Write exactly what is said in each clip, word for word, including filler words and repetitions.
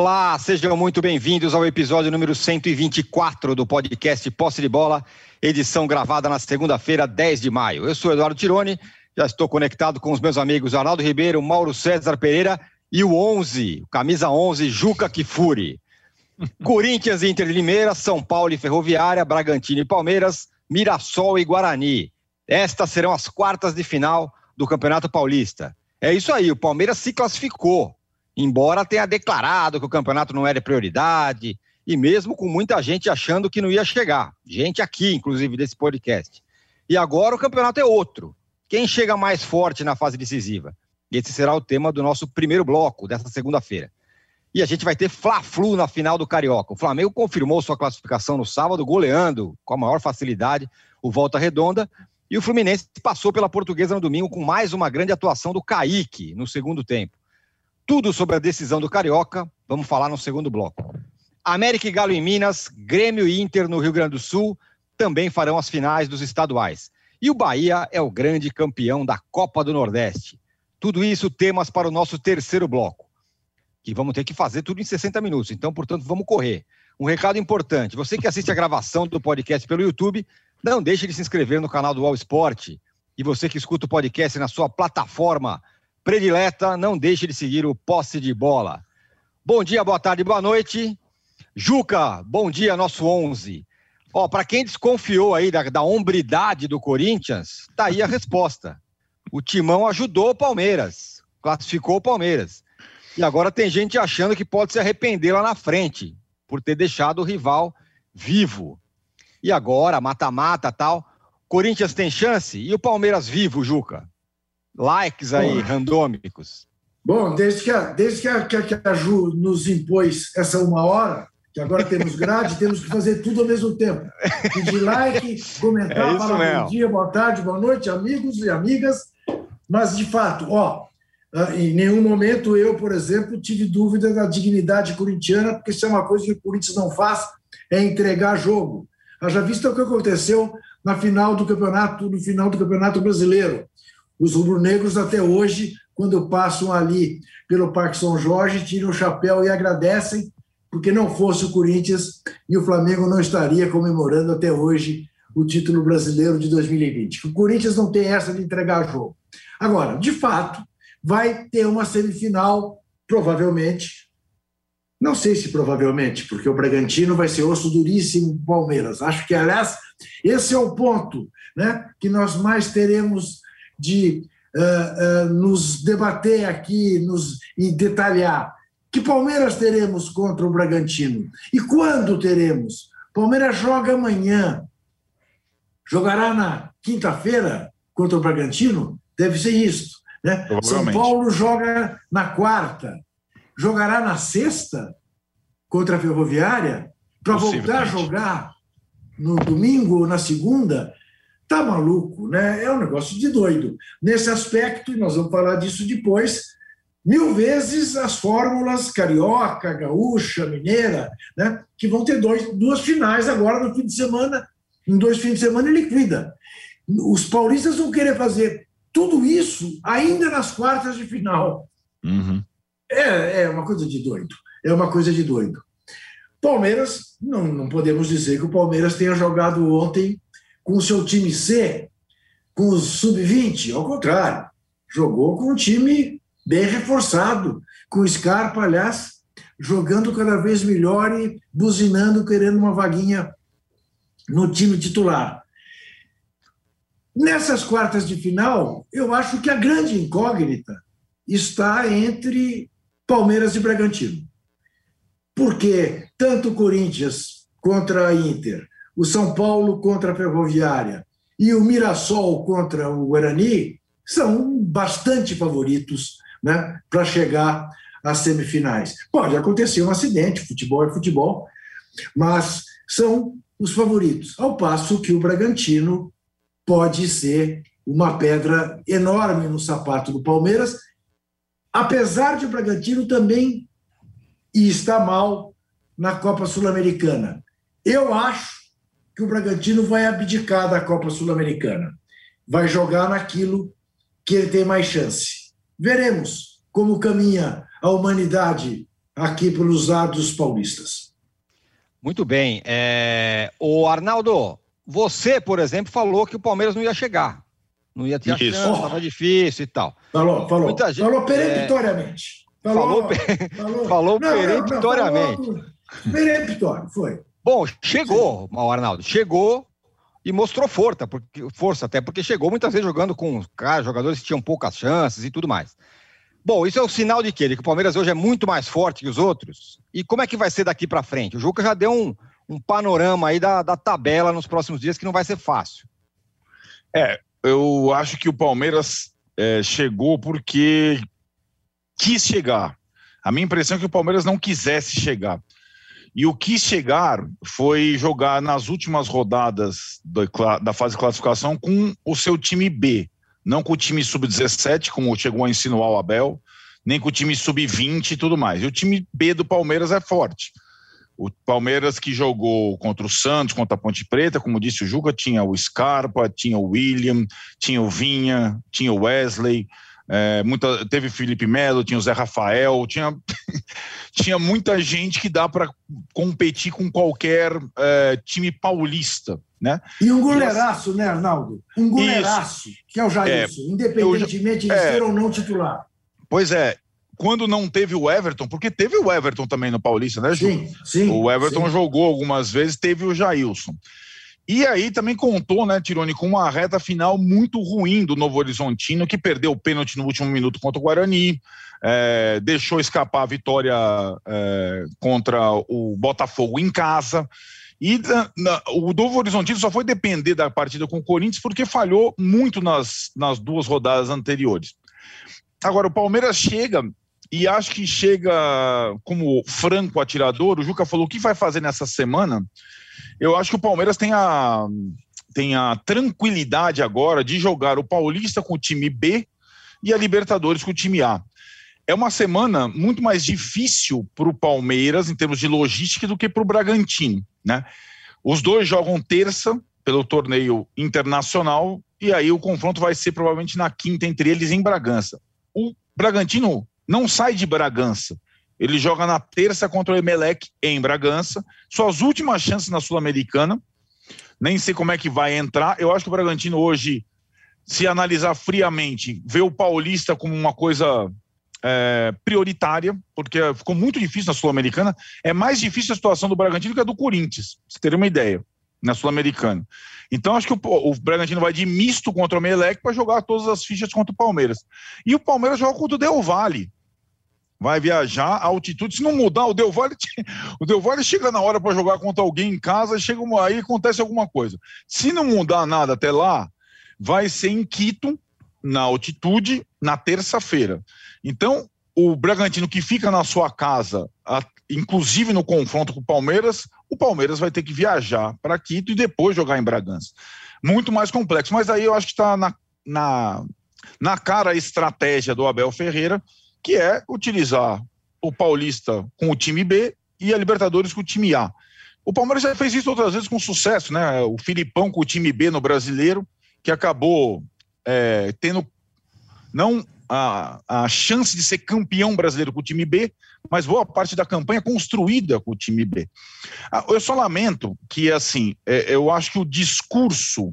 Olá, sejam muito bem-vindos ao episódio número cento e vinte e quatro do podcast Posse de Bola, edição gravada na segunda-feira, dez de maio. Eu sou Eduardo Tironi, já estou conectado com os meus amigos Arnaldo Ribeiro, Mauro César Pereira e o onze, camisa onze, Juca Kfouri. Corinthians e Inter de Limeira, São Paulo e Ferroviária, Bragantino e Palmeiras, Mirassol e Guarani. Estas serão as quartas de final do Campeonato Paulista. É isso aí, o Palmeiras se classificou, embora tenha declarado que o campeonato não era prioridade, e mesmo com muita gente achando que não ia chegar. Gente aqui, inclusive, desse podcast. E agora o campeonato é outro. Quem chega mais forte na fase decisiva? Esse será o tema do nosso primeiro bloco, desta segunda-feira. E a gente vai ter Fla-Flu na final do Carioca. O Flamengo confirmou sua classificação no sábado, goleando com a maior facilidade o Volta Redonda. E o Fluminense passou pela Portuguesa no domingo com mais uma grande atuação do Kaique no segundo tempo. Tudo sobre a decisão do Carioca, vamos falar no segundo bloco. América e Galo em Minas, Grêmio e Inter no Rio Grande do Sul também farão as finais dos estaduais. E o Bahia é o grande campeão da Copa do Nordeste. Tudo isso temas para o nosso terceiro bloco, que vamos ter que fazer tudo em sessenta minutos, então, portanto, vamos correr. Um recado importante, você que assiste a gravação do podcast pelo YouTube, não deixe de se inscrever no canal do All Sport. E você que escuta o podcast na sua plataforma predileta, não deixe de seguir o Posse de Bola. Bom dia, boa tarde, boa noite. Juca, bom dia, nosso onze. Ó, para quem desconfiou aí da, da hombridade do Corinthians, tá aí a resposta. O Timão ajudou o Palmeiras, classificou o Palmeiras. E agora tem gente achando que pode se arrepender lá na frente, por ter deixado o rival vivo. E agora, mata-mata, tal. Corinthians tem chance? E o Palmeiras vivo, Juca? Likes aí, bom, randômicos. Bom, desde que a, desde que a, que a Ju nos impôs essa uma hora, que agora temos grade, temos que fazer tudo ao mesmo tempo. Pedir like, comentar, é falar mesmo. Bom dia, boa tarde, boa noite, amigos e amigas. Mas, de fato, ó, em nenhum momento eu, por exemplo, tive dúvida da dignidade corintiana, porque isso é uma coisa que o Corinthians não faz, é entregar jogo. Haja vista o que aconteceu na final do campeonato, no final do Campeonato Brasileiro. Os rubro-negros até hoje, quando passam ali pelo Parque São Jorge, tiram o chapéu e agradecem, porque não fosse o Corinthians e o Flamengo não estaria comemorando até hoje o título brasileiro de dois mil e vinte. O Corinthians não tem essa de entregar jogo. Agora, de fato, vai ter uma semifinal, provavelmente, não sei se provavelmente, porque o Bragantino vai ser osso duríssimo do Palmeiras. Acho que, aliás, esse é o ponto, né, que nós mais teremos de uh, uh, nos debater aqui nos, e detalhar. Que Palmeiras teremos contra o Bragantino? E quando teremos? Palmeiras joga amanhã. Jogará na quinta-feira contra o Bragantino? Deve ser isso, né? São Paulo joga na quarta. Jogará na sexta contra a Ferroviária? Para voltar a jogar no domingo ou na segunda? Tá maluco, né? É um negócio de doido. Nesse aspecto, e nós vamos falar disso depois, mil vezes as fórmulas carioca, gaúcha, mineira, né? Que vão ter dois, duas finais agora no fim de semana, em dois fins de semana e liquida. Os paulistas vão querer fazer tudo isso ainda nas quartas de final. Uhum. É, é uma coisa de doido. É uma coisa de doido. Palmeiras, não, não podemos dizer que o Palmeiras tenha jogado ontem com o seu time C, com os sub vinte, ao contrário, jogou com um time bem reforçado, com o Scarpa, aliás, jogando cada vez melhor e buzinando, querendo uma vaguinha no time titular. Nessas quartas de final, eu acho que a grande incógnita está entre Palmeiras e Bragantino. Porque tanto o Corinthians contra a Inter, o São Paulo contra a Ferroviária e o Mirassol contra o Guarani são bastante favoritos, né, para chegar às semifinais. Pode acontecer um acidente, futebol é futebol, mas são os favoritos, ao passo que o Bragantino pode ser uma pedra enorme no sapato do Palmeiras, apesar de o Bragantino também estar mal na Copa Sul-Americana. Eu acho que o Bragantino vai abdicar da Copa Sul-Americana, vai jogar naquilo que ele tem mais chance. Veremos como caminha a humanidade aqui pelos lados paulistas. Muito bem. É... O Arnaldo, você, por exemplo, falou que o Palmeiras não ia chegar. Não ia ter a chance, estava difícil e tal. Falou, falou. Muita gente, falou peremptoriamente. É... Falou, falou, falou, falou não, peremptoriamente. Não, não, falou peremptório, foi. Bom, chegou, o Arnaldo. Chegou e mostrou força, porque, força até, porque chegou muitas vezes jogando com cara, jogadores que tinham poucas chances e tudo mais. Bom, isso é o sinal de quê? De que o Palmeiras hoje é muito mais forte que os outros? E como é que vai ser daqui para frente? O Juca já deu um, um panorama aí da, da tabela nos próximos dias que não vai ser fácil. É, eu acho que o Palmeiras é, chegou porque quis chegar. A minha impressão é que o Palmeiras não quisesse chegar. E o quis chegar foi jogar nas últimas rodadas da, da fase de classificação com o seu time B, não com o time sub dezessete, como chegou a insinuar o Abel, nem com o time sub vinte e tudo mais. E o time B do Palmeiras é forte. O Palmeiras que jogou contra o Santos, contra a Ponte Preta, como disse o Juca, tinha o Scarpa, tinha o William, tinha o Vinha, tinha o Wesley, é, muita, teve o Felipe Melo, tinha o Zé Rafael, tinha... tinha muita gente que dá para competir com qualquer é, time paulista, né? E um goleiraço, né, Arnaldo? Um goleiraço, que é o Jailson, é, independentemente eu, de é, ser ou não titular. Pois é, quando não teve o Everton, porque teve o Everton também no Paulista, né, Ju? Sim, sim. O Everton sim. jogou algumas vezes, teve o Jailson. E aí também contou, né, Tironi, com uma reta final muito ruim do Novo Horizontino, que perdeu o pênalti no último minuto contra o Guarani, é, deixou escapar a vitória é, contra o Botafogo em casa. E na, na, o Novo Horizontino só foi depender da partida com o Corinthians porque falhou muito nas, nas duas rodadas anteriores. Agora, o Palmeiras chega, e acho que chega como franco atirador. O Juca falou o que vai fazer nessa semana. Eu acho que o Palmeiras tem a, tem a tranquilidade agora de jogar o Paulista com o time B e a Libertadores com o time A. É uma semana muito mais difícil para o Palmeiras em termos de logística do que para o Bragantino, né? Os dois jogam terça pelo torneio internacional e aí o confronto vai ser provavelmente na quinta entre eles em Bragança. O Bragantino não sai de Bragança. Ele joga na terça contra o Emelec em Bragança. Suas últimas chances na Sul-Americana. Nem sei como é que vai entrar. Eu acho que o Bragantino hoje, se analisar friamente, vê o Paulista como uma coisa é, prioritária, porque ficou muito difícil na Sul-Americana. É mais difícil a situação do Bragantino que a do Corinthians, pra você ter uma ideia, na Sul-Americana. Então acho que o, o Bragantino vai de misto contra o Emelec para jogar todas as fichas contra o Palmeiras. E o Palmeiras joga contra o Del Valle. Vai viajar a altitude, se não mudar, o Del Valle, o Del Valle chega na hora para jogar contra alguém em casa, chega uma, aí acontece alguma coisa. Se não mudar nada até lá, vai ser em Quito, na altitude, na terça-feira. Então, o Bragantino que fica na sua casa, a, inclusive no confronto com o Palmeiras, o Palmeiras vai ter que viajar para Quito e depois jogar em Bragança. Muito mais complexo, mas aí eu acho que está na, na, na cara a estratégia do Abel Ferreira, que é utilizar o Paulista com o time B e a Libertadores com o time A. O Palmeiras já fez isso outras vezes com sucesso, né? O Filipão com o time B no Brasileiro, que acabou é, tendo não a, a chance de ser campeão brasileiro com o time B, mas boa parte da campanha construída com o time B. Eu só lamento que, assim, é, eu acho que o discurso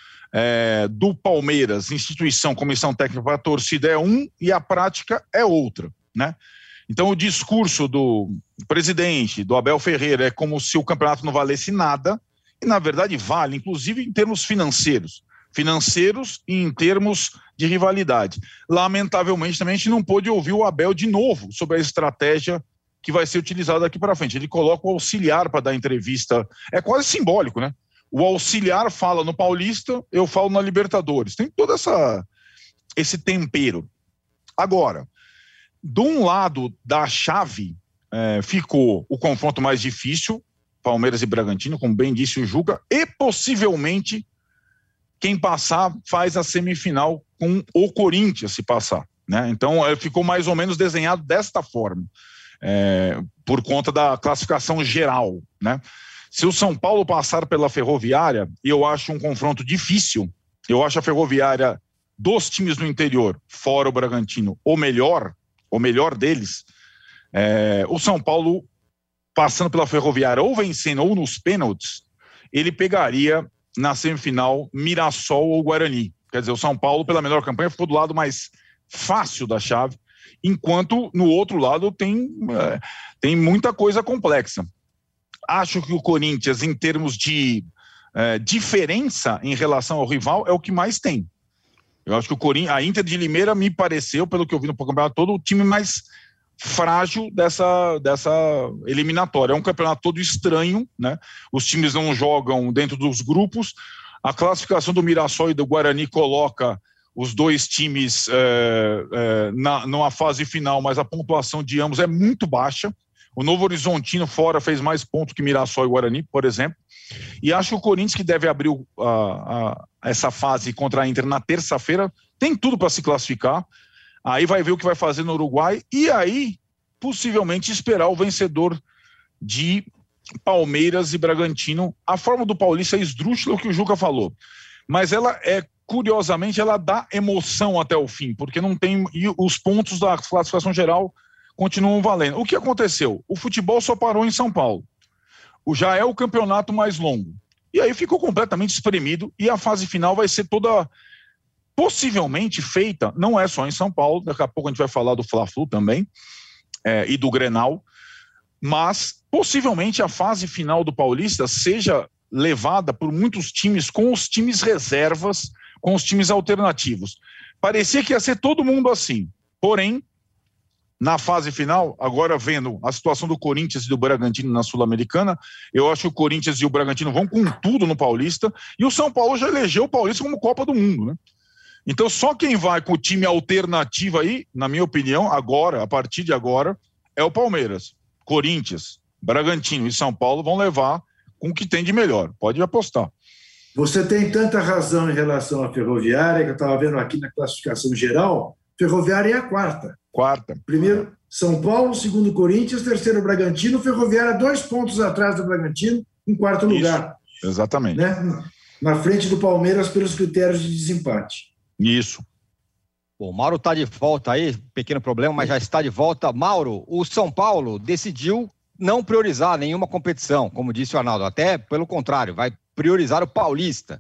É, do Palmeiras, instituição, comissão técnica para a torcida é um e a prática é outra, né? Então o discurso do presidente, do Abel Ferreira, é como se o campeonato não valesse nada e na verdade vale, inclusive em termos financeiros, financeiros e em termos de rivalidade. Lamentavelmente também a gente não pôde ouvir o Abel de novo sobre a estratégia que vai ser utilizada daqui para frente. Ele coloca o auxiliar para dar entrevista, é quase simbólico, né? O auxiliar fala no Paulista, eu falo na Libertadores. Tem todo essa, esse tempero. Agora, de um lado da chave, é, ficou o confronto mais difícil, Palmeiras e Bragantino, como bem disse o Juca, e possivelmente quem passar faz a semifinal com o Corinthians, se passar, né? Então, é, ficou mais ou menos desenhado desta forma, é, por conta da classificação geral, né? Se o São Paulo passar pela Ferroviária, e eu acho um confronto difícil, eu acho a Ferroviária dos times do interior, fora o Bragantino, o melhor, o melhor deles, É, o São Paulo, passando pela Ferroviária, ou vencendo ou nos pênaltis, ele pegaria na semifinal Mirassol ou Guarani. Quer dizer, o São Paulo, pela melhor campanha, ficou do lado mais fácil da chave, enquanto no outro lado tem, é, tem muita coisa complexa. Acho que o Corinthians, em termos de é, diferença em relação ao rival, é o que mais tem. Eu acho que o Corinthians, a Inter de Limeira me pareceu, pelo que eu vi no campeonato todo, o time mais frágil dessa, dessa eliminatória. É um campeonato todo estranho, né? Os times não jogam dentro dos grupos. A classificação do Mirassol e do Guarani coloca os dois times é, é, na, numa fase final, mas a pontuação de ambos é muito baixa. O Novo Horizontino fora fez mais pontos que Mirassol e Guarani, por exemplo. E acho que o Corinthians, que deve abrir uh, uh, essa fase contra a Inter na terça-feira, tem tudo para se classificar. Aí vai ver o que vai fazer no Uruguai e aí, possivelmente, esperar o vencedor de Palmeiras e Bragantino. A forma do Paulista é esdrúxula, o que o Juca falou. Mas ela é, curiosamente, ela dá emoção até o fim, porque não tem... E os pontos da classificação geral continuam valendo. O que aconteceu? O futebol só parou em São Paulo. O, já é o campeonato mais longo. E aí ficou completamente espremido e a fase final vai ser toda possivelmente feita, não é só em São Paulo, daqui a pouco a gente vai falar do Fla-Flu também, é, e do Grenal, mas possivelmente a fase final do Paulista seja levada por muitos times com os times reservas, com os times alternativos. Parecia que ia ser todo mundo assim, porém, na fase final, agora vendo a situação do Corinthians e do Bragantino na Sul-Americana, eu acho que o Corinthians e o Bragantino vão com tudo no Paulista, e o São Paulo já elegeu o Paulista como Copa do Mundo, né? Então só quem vai com o time alternativo aí, na minha opinião, agora, a partir de agora, é o Palmeiras. Corinthians, Bragantino e São Paulo vão levar com o que tem de melhor, pode apostar. Você tem tanta razão em relação à Ferroviária, que eu estava vendo aqui na classificação geral, Ferroviária é a quarta. Quarta. Primeiro, São Paulo, segundo, Corinthians, terceiro, Bragantino, Ferroviária dois pontos atrás do Bragantino, em quarto Isso, lugar. Exatamente. Né? Na frente do Palmeiras pelos critérios de desempate. Isso. Bom, Mauro está de volta aí, pequeno problema, mas já está de volta. Mauro, o São Paulo decidiu não priorizar nenhuma competição, como disse o Arnaldo, até pelo contrário, vai priorizar o Paulista.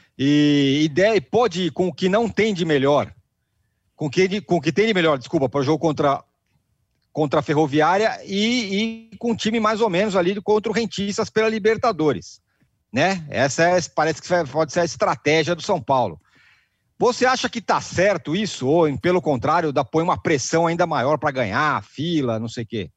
E ideia pode ir com o que não tem de melhor, com o que, com o que tem de melhor, desculpa, para o jogo contra, contra a Ferroviária e, e com um time mais ou menos ali contra o Rentistas pela Libertadores, né? Essa é, parece que pode ser a estratégia do São Paulo. Você acha que está certo isso? Ou, pelo contrário, dá, põe uma pressão ainda maior para ganhar, fila, não sei o quê?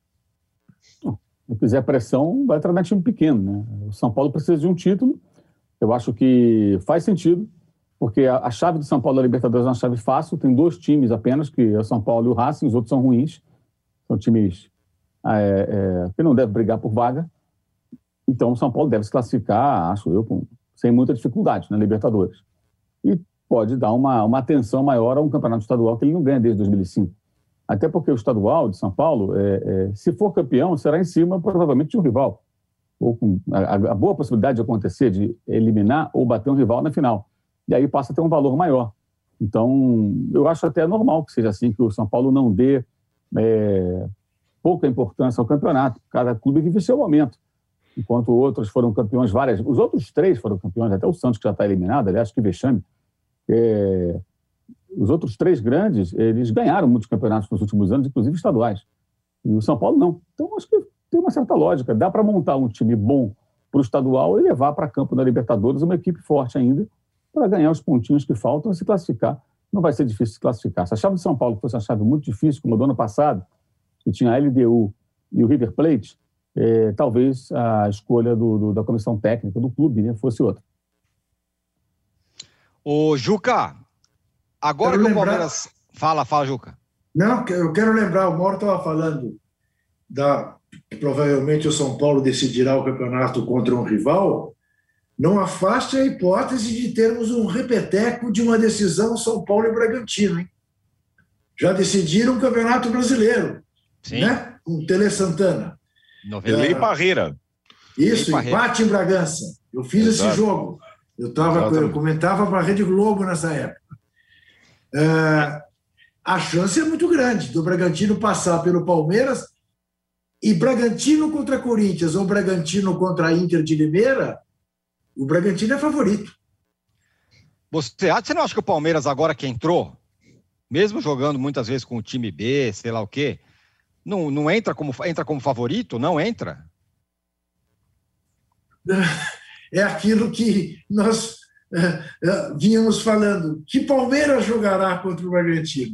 Se fizer pressão, vai treinar time pequeno, né? O São Paulo precisa de um título. Eu acho que faz sentido, porque a, a chave do São Paulo da Libertadores é uma chave fácil. Tem dois times apenas, que é o São Paulo e o Racing, os outros são ruins. São times é, é, que não devem brigar por vaga. Então, o São Paulo deve se classificar, acho eu, com, sem muita dificuldade na Libertadores. E pode dar uma, uma atenção maior a um campeonato estadual que ele não ganha desde dois mil e cinco. Até porque o estadual de São Paulo, é, é, se for campeão, será em cima, provavelmente, de um rival. Ou com a, a boa possibilidade de acontecer, de eliminar ou bater um rival na final. E aí passa a ter um valor maior. Então, eu acho até normal que seja assim, que o São Paulo não dê é, pouca importância ao campeonato. Cada clube vive seu momento. Enquanto outros foram campeões várias... Os outros três foram campeões, até o Santos, que já está eliminado, aliás, que vexame. É, os outros três grandes, eles ganharam muitos campeonatos nos últimos anos, inclusive estaduais. E o São Paulo não. Então, acho que tem uma certa lógica. Dá para montar um time bom para o estadual e levar para campo da Libertadores uma equipe forte ainda para ganhar os pontinhos que faltam e se classificar. Não vai ser difícil se classificar. Se a chave de São Paulo fosse uma chave muito difícil, como a do ano passado, que tinha a L D U e o River Plate, é, talvez a escolha do, do, da comissão técnica do clube, né, fosse outra. Ô, Juca, agora Quero que o lembrar... Palmeiras... Fala, fala, Juca. Não, eu quero lembrar, o Mauro estava falando da que provavelmente o São Paulo decidirá o campeonato contra um rival. Não afaste a hipótese de termos um repeteco de uma decisão São Paulo e Bragantino, hein? Já decidiram o Campeonato Brasileiro, Sim. Né? Com o Tele Santana. Lei Parreira. Isso, Lei empate em Bragança. Eu fiz Exato. esse jogo. Eu, tava, eu comentava para a Rede Globo nessa época. É, a chance é muito grande do Bragantino passar pelo Palmeiras E Bragantino contra Corinthians ou Bragantino contra Inter de Limeira, o Bragantino é favorito. Você, você não acha que o Palmeiras, agora que entrou, mesmo jogando muitas vezes com o time B, sei lá o quê, não, não entra, como, entra como favorito? Não entra? É aquilo que nós é, é, vínhamos falando. Que Palmeiras jogará contra o Bragantino?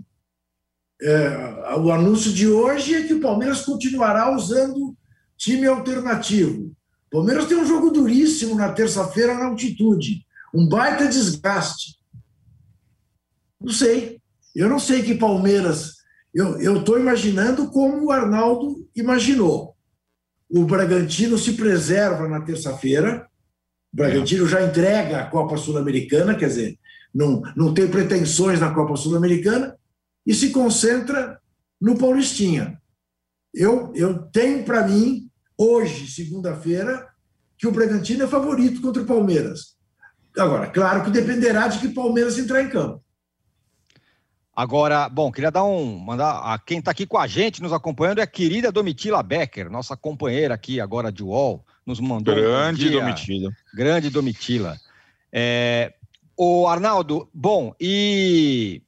É, o anúncio de hoje é que o Palmeiras continuará usando time alternativo. O Palmeiras tem um jogo duríssimo na terça-feira na altitude. Um baita desgaste. Não sei. Eu não sei que Palmeiras... Eu estou imaginando como o Arnaldo imaginou. O Bragantino se preserva na terça-feira. O Bragantino já entrega a Copa Sul-Americana, quer dizer, não, não tem pretensões na Copa Sul-Americana, e se concentra no Paulistinha. Eu, eu tenho para mim, hoje, segunda-feira, que o Bragantino é favorito contra o Palmeiras. Agora, claro que dependerá de que o Palmeiras entrar em campo. Agora, bom, queria dar um... mandar a quem está aqui com a gente, nos acompanhando, é a querida Domitila Becker, nossa companheira aqui agora de U O L, nos mandou... Grande um dia, Domitila. Grande Domitila. É, o Arnaldo, bom, e...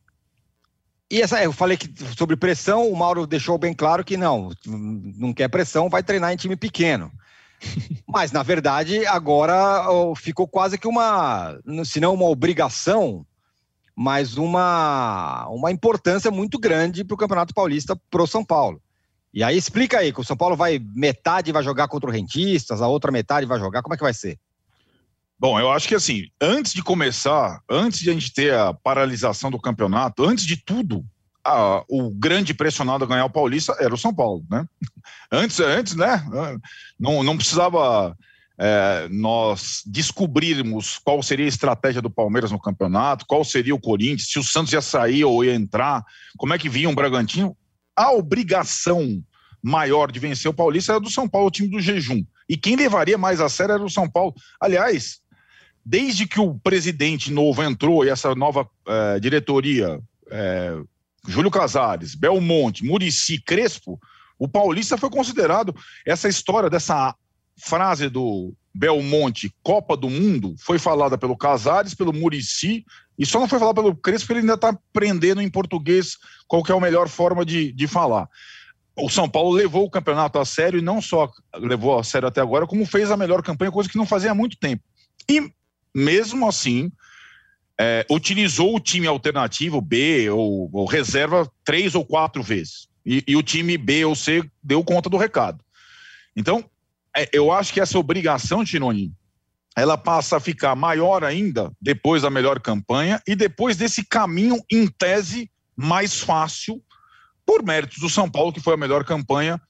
E essa, eu falei que sobre pressão, o Mauro deixou bem claro que não, não quer pressão, vai treinar em time pequeno. Mas, na verdade, agora ficou quase que uma, se não uma obrigação, mas uma, uma importância muito grande para o Campeonato Paulista para o São Paulo. E aí explica aí, que o São Paulo vai, metade vai jogar contra o Rentistas, a outra metade vai jogar, como é que vai ser? Bom, eu acho que assim, antes de começar, antes de a gente ter a paralisação do campeonato, antes de tudo, a, o grande pressionado a ganhar o Paulista era o São Paulo, né? Antes, antes né? Não, não precisava é, nós descobrirmos qual seria a estratégia do Palmeiras no campeonato, qual seria o Corinthians, se o Santos ia sair ou ia entrar, como é que vinha o Bragantino. A obrigação maior de vencer o Paulista era do São Paulo, o time do jejum. E quem levaria mais a sério era o São Paulo. Aliás, desde que o presidente novo entrou e essa nova eh, diretoria, eh, Júlio Casares, Belmonte, Muricy, Crespo, o Paulista foi considerado, essa história dessa frase do Belmonte, Copa do Mundo, foi falada pelo Casares, pelo Muricy, e só não foi falada pelo Crespo, porque ele ainda está aprendendo em português qual que é a melhor forma de, de falar. O São Paulo levou o campeonato a sério e não só levou a sério até agora, como fez a melhor campanha, coisa que não fazia há muito tempo. E, mesmo assim, é, utilizou o time alternativo, B ou, ou reserva, três ou quatro vezes. E, e o time B ou C deu conta do recado. Então, é, eu acho que essa obrigação, Tironi, ela passa a ficar maior ainda depois da melhor campanha e depois desse caminho, em tese, mais fácil, por méritos do São Paulo, que foi a melhor campanha,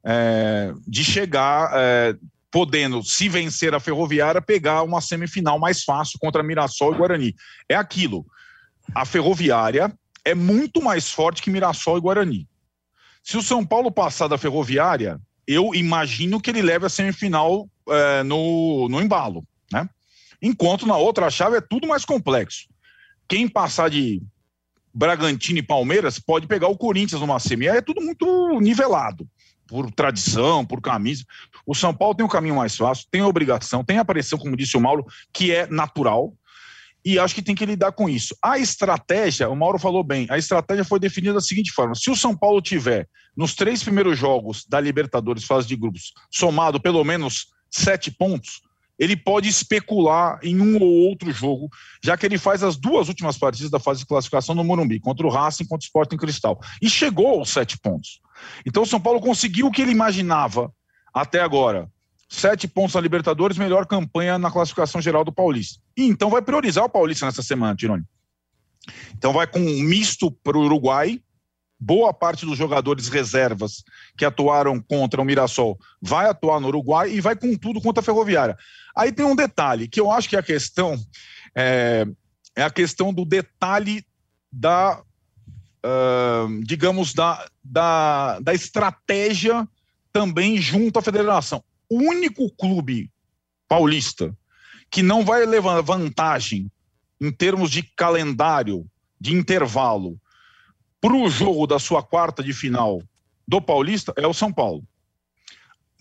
é, de chegar, é, podendo, se vencer a Ferroviária, pegar uma semifinal mais fácil contra Mirassol e Guarani. É aquilo, a Ferroviária é muito mais forte que Mirassol e Guarani. Se o São Paulo passar da Ferroviária, eu imagino que ele leve a semifinal é, no, no embalo, né? Enquanto na outra chave é tudo mais complexo. Quem passar de Bragantino e Palmeiras pode pegar o Corinthians numa semi. É tudo muito nivelado, por tradição, por camisa. O São Paulo tem um caminho mais fácil, tem a obrigação, tem a pressão, como disse o Mauro, que é natural, e acho que tem que lidar com isso. A estratégia, o Mauro falou bem, a estratégia foi definida da seguinte forma: se o São Paulo tiver nos três primeiros jogos da Libertadores, fase de grupos, somado pelo menos sete pontos, ele pode especular em um ou outro jogo, já que ele faz as duas últimas partidas da fase de classificação no Morumbi, contra o Racing e contra o Sporting Cristal. E chegou aos sete pontos. Então o São Paulo conseguiu o que ele imaginava até agora. Sete pontos na Libertadores, melhor campanha na classificação geral do Paulista. E então vai priorizar o Paulista nessa semana, Tironi. Então vai com um misto para o Uruguai. Boa parte dos jogadores reservas que atuaram contra o Mirassol vai atuar no Uruguai e vai com tudo contra a Ferroviária. Aí tem um detalhe, que eu acho que é a questão é, é a questão do detalhe da, uh, digamos, da, da, da estratégia também junto à federação. O único clube paulista que não vai levar vantagem em termos de calendário, de intervalo, para o jogo da sua quarta de final do Paulista é o São Paulo.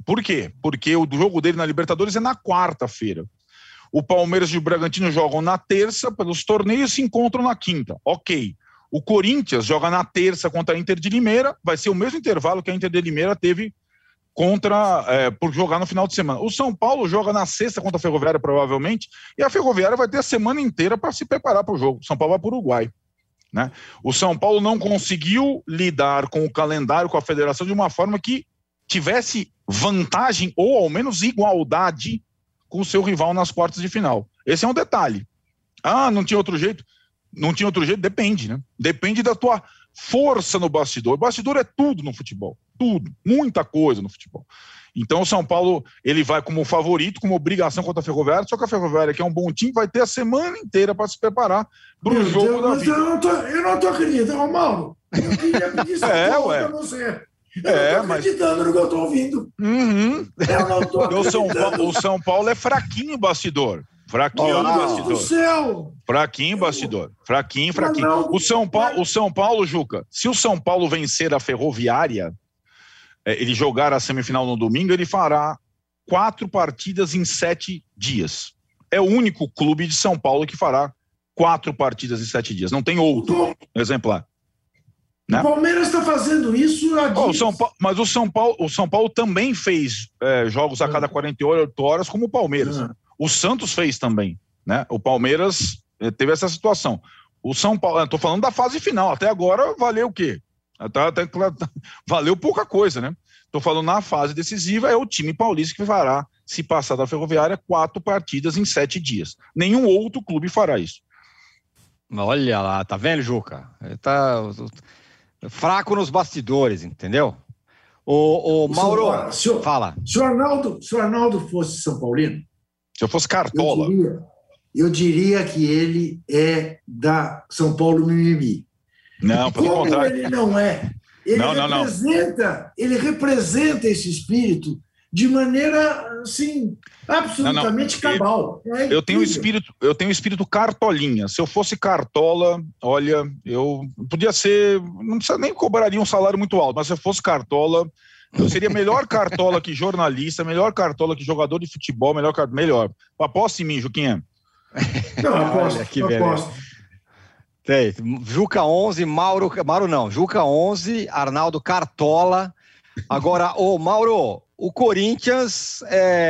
Por quê? Porque o jogo dele na Libertadores é na quarta-feira. O Palmeiras e o Bragantino jogam na terça, pelos torneios se encontram na quinta. Ok. O Corinthians joga na terça contra a Inter de Limeira, vai ser o mesmo intervalo que a Inter de Limeira teve contra, é, por jogar no final de semana. O São Paulo joga na sexta contra a Ferroviária, provavelmente, e a Ferroviária vai ter a semana inteira para se preparar para o jogo. O São Paulo vai para o Uruguai. Né? O São Paulo não conseguiu lidar com o calendário, com a federação, de uma forma que tivesse vantagem ou ao menos igualdade com o seu rival nas quartas de final. Esse é um detalhe. Ah, não tinha outro jeito? Não tinha outro jeito? Depende, né? Depende da tua força no bastidor. O bastidor é tudo no futebol. Tudo. Muita coisa no futebol. Então o São Paulo, ele vai como favorito, como obrigação contra a Ferroviária, só que a Ferroviária, que é um bom time, vai ter a semana inteira para se preparar para o jogo Deus, da mas vida. Eu não tô, eu não tô acreditando, Mauro. Eu queria pedir socorro É, ué. para você. Eu É, não tô mas- acreditando no que eu tô ouvindo. Uhum. Eu não tô Porque o São, acreditando. Paulo, o São Paulo é fraquinho bastidor. Fraquinho Meu no Deus do bastidor. céu! Fraquinho bastidor. Fraquinho, fraquinho. Mas não- O São Paulo, o São Paulo, Juca, se o São Paulo vencer a Ferroviária, é, ele jogar a semifinal no domingo, ele fará quatro partidas em sete dias. É o único clube de São Paulo que fará quatro partidas em sete dias. Não tem outro exemplar. Né? O Palmeiras está fazendo isso há Ó, o dias. São Paulo, mas o São Paulo, o São Paulo também fez é, jogos a cada quarenta e oito horas, como o Palmeiras. Ah. O Santos fez também, né? O Palmeiras eh, teve essa situação. O São Paulo, estou falando da fase final, até agora valeu o quê? Até, até, valeu pouca coisa, né? Estou falando na fase decisiva, é o time paulista que fará, se passar da Ferroviária, quatro partidas em sete dias. Nenhum outro clube fará isso. Olha lá, tá vendo, Juca? Ele tá fraco nos bastidores, entendeu? O, o Mauro, Senhor, senhor, fala. se o Arnaldo, se o Arnaldo fosse São Paulino, Se eu fosse eu Cartola, diria, eu diria que ele é da São Paulo Mimimi. não, pelo Como contrário. ele não é, ele Não, não, não. representa, ele representa esse espírito de maneira assim absolutamente Não, não. cabal. É Eu tenho incrível. espírito, eu tenho espírito cartolinha. Se eu fosse cartola, olha, eu podia ser, não precisa nem cobraria um salário muito alto, mas se eu fosse cartola, eu seria melhor cartola que jornalista, melhor cartola que jogador de futebol, melhor car- melhor. Aposta em mim, Juquinha. Não, aposto, Olha que aposto. Tem, Juca onze, Mauro, Mauro não, Juca onze, Arnaldo Cartola. Agora, ô Mauro, o Corinthians,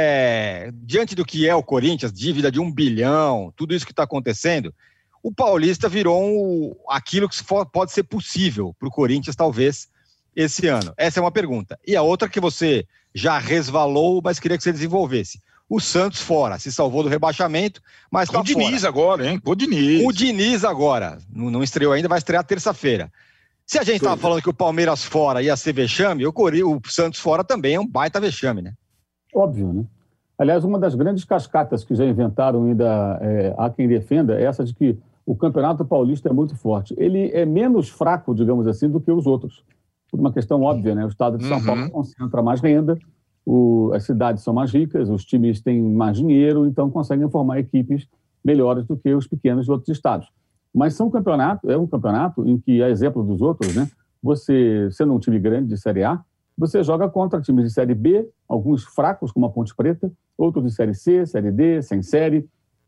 é, diante do que é o Corinthians, dívida de um bilhão, tudo isso que está acontecendo, o Paulista virou um, aquilo que for, pode ser possível para o Corinthians, talvez, esse ano. Essa é uma pergunta. E a outra que você já resvalou, mas queria que você desenvolvesse. O Santos fora, se salvou do rebaixamento, mas Com está o Diniz fora. agora, hein? Com o Diniz. Com o Diniz agora, não, não estreou ainda, vai estrear terça-feira. Se a gente estava falando que o Palmeiras fora ia ser vexame, o, Cori- o Santos fora também é um baita vexame, né? Óbvio, né? Aliás, uma das grandes cascatas que já inventaram, ainda é, há quem defenda, é essa de que o Campeonato Paulista é muito forte. Ele é menos fraco, digamos assim, do que os outros. Por uma questão óbvia, né? O estado de São Uhum. Paulo concentra mais renda, o, as cidades são mais ricas, os times têm mais dinheiro, então conseguem formar equipes melhores do que os pequenos de outros estados. Mas são campeonato, é um campeonato em que, a exemplo dos outros, né? Você, sendo um time grande de Série A, você joga contra times de Série B, alguns fracos, como a Ponte Preta, outros de Série C, Série D, sem série.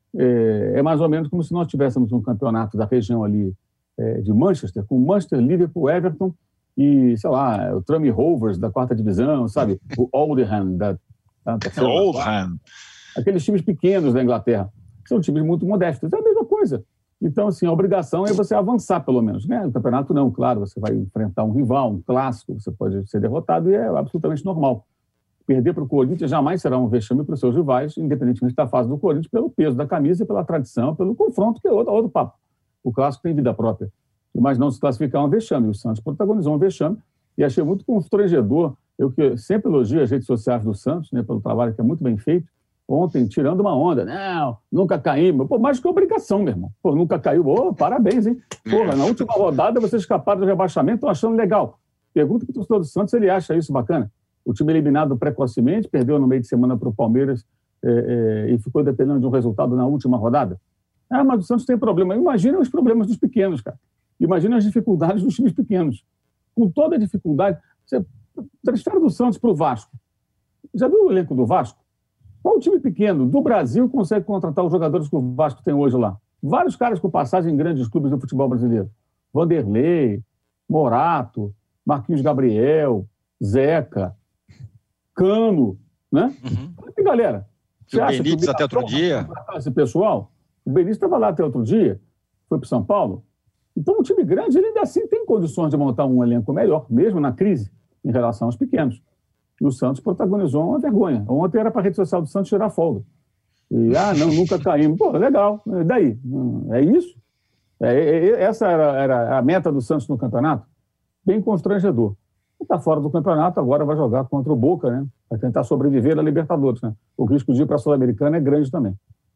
É, é mais ou menos como se nós tivéssemos um campeonato da região ali é, de Manchester, com Manchester, Liverpool, Everton e, sei lá, o Tranmere Rovers da quarta divisão, sabe? O Oldham da, da terceira. Oldham. Aqueles times pequenos da Inglaterra. São times muito modestos. É a mesma coisa. Então, assim, a obrigação é você avançar, pelo menos. Né? No campeonato, não, claro, você vai enfrentar um rival, um clássico, você pode ser derrotado e é absolutamente normal. Perder para o Corinthians jamais será um vexame para os seus rivais, independentemente da fase do Corinthians, pelo peso da camisa, pela tradição, pelo confronto, que é outro, outro papo. O clássico tem vida própria. Mas não se classificar é um vexame. O Santos protagonizou um vexame e achei muito constrangedor. Eu que sempre elogio as redes sociais do Santos, né, pelo trabalho que é muito bem feito. Ontem, tirando uma onda, não, nunca caímos. Pô, mais que obrigação, meu irmão. Pô, nunca caiu. Ô, parabéns, hein? Porra, na última rodada vocês escaparam do rebaixamento, estão achando legal. Pergunta para o torcedor do Santos se ele acha isso bacana. O time eliminado precocemente, perdeu no meio de semana para o Palmeiras é, é, e ficou dependendo de um resultado na última rodada. Ah, mas o Santos tem problema. Imagina os problemas dos pequenos, cara. Imagina as dificuldades dos times pequenos. Com toda a dificuldade, você transfere do Santos para o Vasco. Já viu o elenco do Vasco? Qual time pequeno do Brasil consegue contratar os jogadores que o Vasco tem hoje lá? Vários caras com passagem em grandes clubes do futebol brasileiro. Vanderlei, Morato, Marquinhos Gabriel, Zeca, Cano, né? Uhum. E galera, você o acha Benítez que o até outro dia. Esse pessoal, o Benítez estava lá até outro dia, foi para São Paulo. Então, um time grande, ele ainda assim tem condições de montar um elenco melhor, mesmo na crise, em relação aos pequenos. E o Santos protagonizou uma vergonha. Ontem era para a rede social do Santos tirar folga. E, ah, não, nunca caímos. Pô, legal. E daí? É isso? É, é, essa era, era a meta do Santos no campeonato? Bem constrangedor. Está fora do campeonato, agora vai jogar contra o Boca, né? Vai tentar sobreviver à Libertadores, né? O risco de ir para a Sul-Americana é grande também.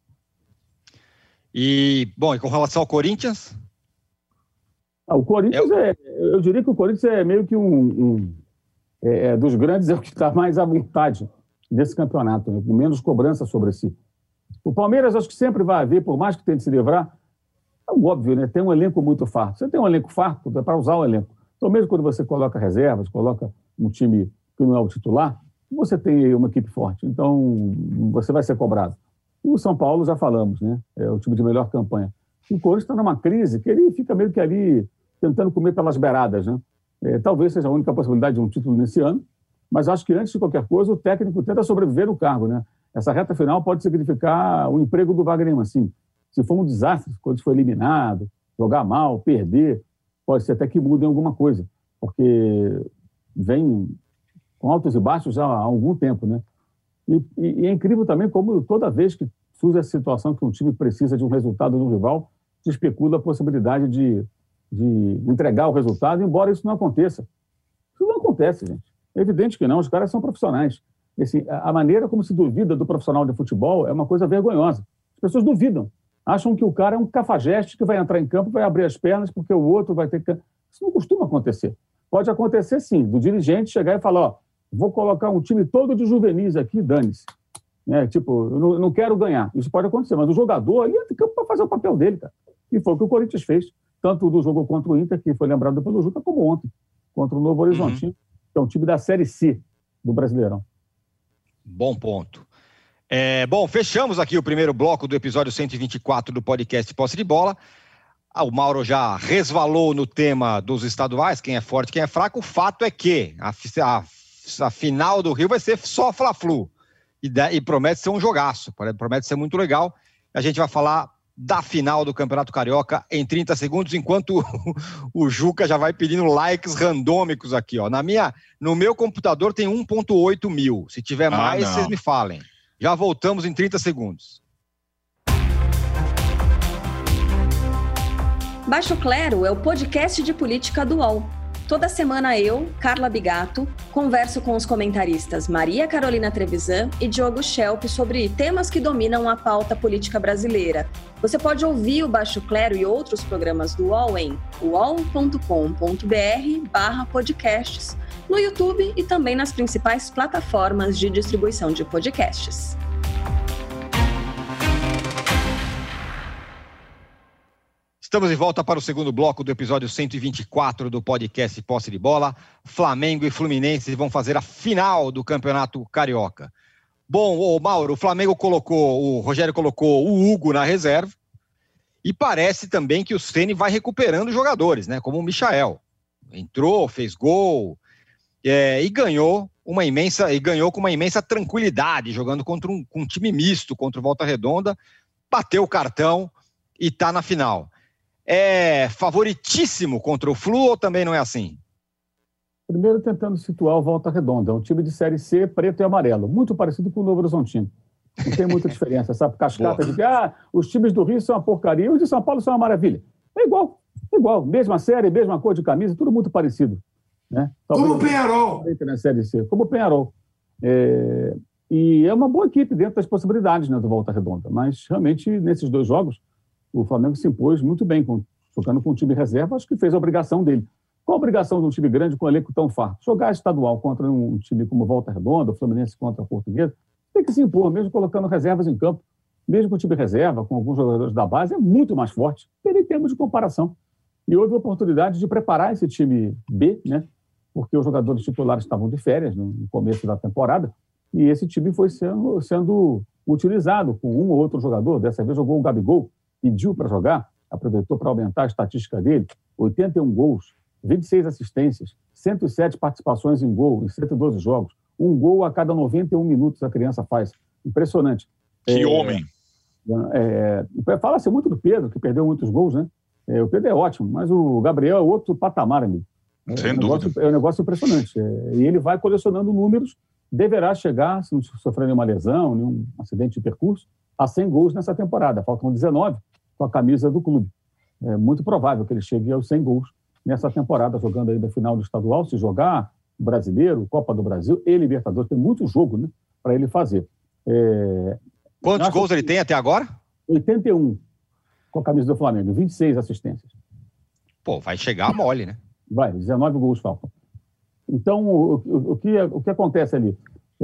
E, bom, e com relação ao Corinthians? Ah, o Corinthians, é... é, eu diria que o Corinthians é meio que um... um é, é, dos grandes é o que está mais à vontade desse campeonato, né? Com menos cobrança sobre si. O Palmeiras, acho que sempre vai haver, por mais que tente se livrar, é óbvio, né? Tem um elenco muito farto. Você tem um elenco farto, é para usar o elenco. Então, mesmo quando você coloca reservas, coloca um time que não é o titular, você tem uma equipe forte. Então, você vai ser cobrado. E o São Paulo, já falamos, né? É o time de melhor campanha. E o Corinthians está numa crise que ele fica meio que ali tentando comer pelas beiradas, né? É, talvez seja a única possibilidade de um título nesse ano, mas acho que, antes de qualquer coisa, o técnico tenta sobreviver no cargo, né? Essa reta final pode significar o emprego do Wagner Mancini. Se for um desastre, quando for eliminado, jogar mal, perder, pode ser até que mudem alguma coisa, porque vem com altos e baixos já há algum tempo, né? E, e, e é incrível também como toda vez que surge a situação que um time precisa de um resultado do rival, se especula a possibilidade de, de entregar o resultado, embora isso não aconteça. Isso não acontece, gente. É evidente que não, os caras são profissionais. Esse, a maneira como se duvida do profissional de futebol é uma coisa vergonhosa. As pessoas duvidam. Acham que o cara é um cafajeste que vai entrar em campo, vai abrir as pernas porque o outro vai ter que... Isso não costuma acontecer. Pode acontecer, sim, do dirigente chegar e falar, ó, vou colocar um time todo de juvenis aqui, dane-se. É, tipo, eu não, eu não quero ganhar. Isso pode acontecer, mas o jogador ali entra em campo para fazer o papel dele, cara. E foi o que o Corinthians fez, tanto do jogo contra o Inter, que foi lembrado pelo Juca, como ontem, contra o Novo Horizontino, uhum. que é um time da Série C do Brasileirão. Bom ponto. É, bom, fechamos aqui o primeiro bloco do episódio cento e vinte e quatro do podcast Posse de Bola. Ah, o Mauro já resvalou no tema dos estaduais, quem é forte, quem é fraco. O fato é que a, a, a final do Rio vai ser só Fla-Flu. E, e promete ser um jogaço, promete ser muito legal. A gente vai falar da final do Campeonato Carioca em trinta segundos, enquanto o, o Juca já vai pedindo likes randômicos aqui, ó. Na minha, no meu computador tem um ponto oito mil. Se tiver ah, mais, não. Vocês me falem. Já voltamos em trinta segundos. Baixo Clero é o podcast de política do U O L. Toda semana eu, Carla Bigato, converso com os comentaristas Maria Carolina Trevisan e Diogo Schelp sobre temas que dominam a pauta política brasileira. Você pode ouvir o Baixo Clero e outros programas do U O L em uol ponto com ponto br barra podcasts, no YouTube e também nas principais plataformas de distribuição de podcasts. Estamos de volta para o segundo bloco do episódio cento e vinte e quatro do podcast Posse de Bola. Flamengo e Fluminense vão fazer a final do Campeonato Carioca. Bom, ô Mauro, o Flamengo colocou, o Rogério colocou o Hugo na reserva e parece também que o Ceni vai recuperando jogadores, né? Como o Michael. Entrou, fez gol é, e ganhou uma imensa e ganhou com uma imensa tranquilidade, jogando contra um, com um time misto, contra o Volta Redonda, bateu o cartão e está na final. É favoritíssimo contra o Flu ou também não é assim? Primeiro tentando situar o Volta Redonda. É um time de Série C, preto e amarelo. Muito parecido com o Novo Horizontino. Não tem muita diferença. Essa cascata de que ah, os times do Rio são uma porcaria e os de São Paulo são uma maravilha. É igual. É igual. Mesma série, mesma cor de camisa, tudo muito parecido. Né? Como o Penharol. Na Série C. Como o Penharol. É... E é uma boa equipe dentro das possibilidades, né, do Volta Redonda. Mas, realmente, nesses dois jogos, o Flamengo se impôs muito bem, com, jogando com um time reserva, acho que fez a obrigação dele. Qual a obrigação de um time grande com um elenco tão farto? Jogar estadual contra um time como Volta Redonda, o Fluminense contra a Portuguesa, tem que se impor, mesmo colocando reservas em campo. Mesmo com o time reserva, com alguns jogadores da base, é muito mais forte, em termos de comparação. E houve a oportunidade de preparar esse time B, né? Porque os jogadores titulares estavam de férias no começo da temporada, E esse time foi sendo, sendo utilizado com um ou outro jogador. Dessa vez jogou o Gabigol, pediu para jogar, aproveitou para aumentar a estatística dele, oitenta e um gols, vinte e seis assistências, cento e sete participações em gol, em cento e doze jogos. Um gol a cada noventa e um minutos a criança faz. Impressionante. Que é, homem! É, é, Fala-se muito do Pedro, que perdeu muitos gols, né? É, o Pedro é ótimo, mas o Gabriel é outro patamar, amigo. Sem é um dúvida. Negócio, é um negócio impressionante. É, e ele vai colecionando números, deverá chegar, se não sofrer nenhuma lesão, nenhum acidente de percurso, a cem gols nessa temporada. Faltam dezenove com a camisa do clube. É muito provável que ele chegue aos cem gols nessa temporada, jogando aí da final do estadual, se jogar Brasileiro, Copa do Brasil e Libertadores. Tem muito jogo, né, para ele fazer. É... Quantos gols ele tem até agora? oitenta e um com a camisa do Flamengo, vinte e seis assistências. Pô, vai chegar mole, né? Vai, dezenove gols faltam. Então, o, o, o, que, o que acontece ali?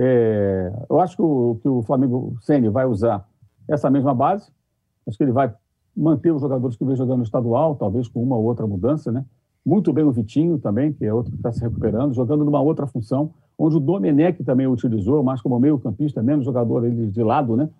É, eu acho que o, que o Flamengo Ceni vai usar essa mesma base. Acho que ele vai manter os jogadores que vem jogando no estadual, talvez com uma ou outra mudança, né? Muito bem o Vitinho também, que é outro que está se recuperando, jogando numa outra função, onde o Domenech também o utilizou, mais como meio campista, menos jogador ele de lado, né?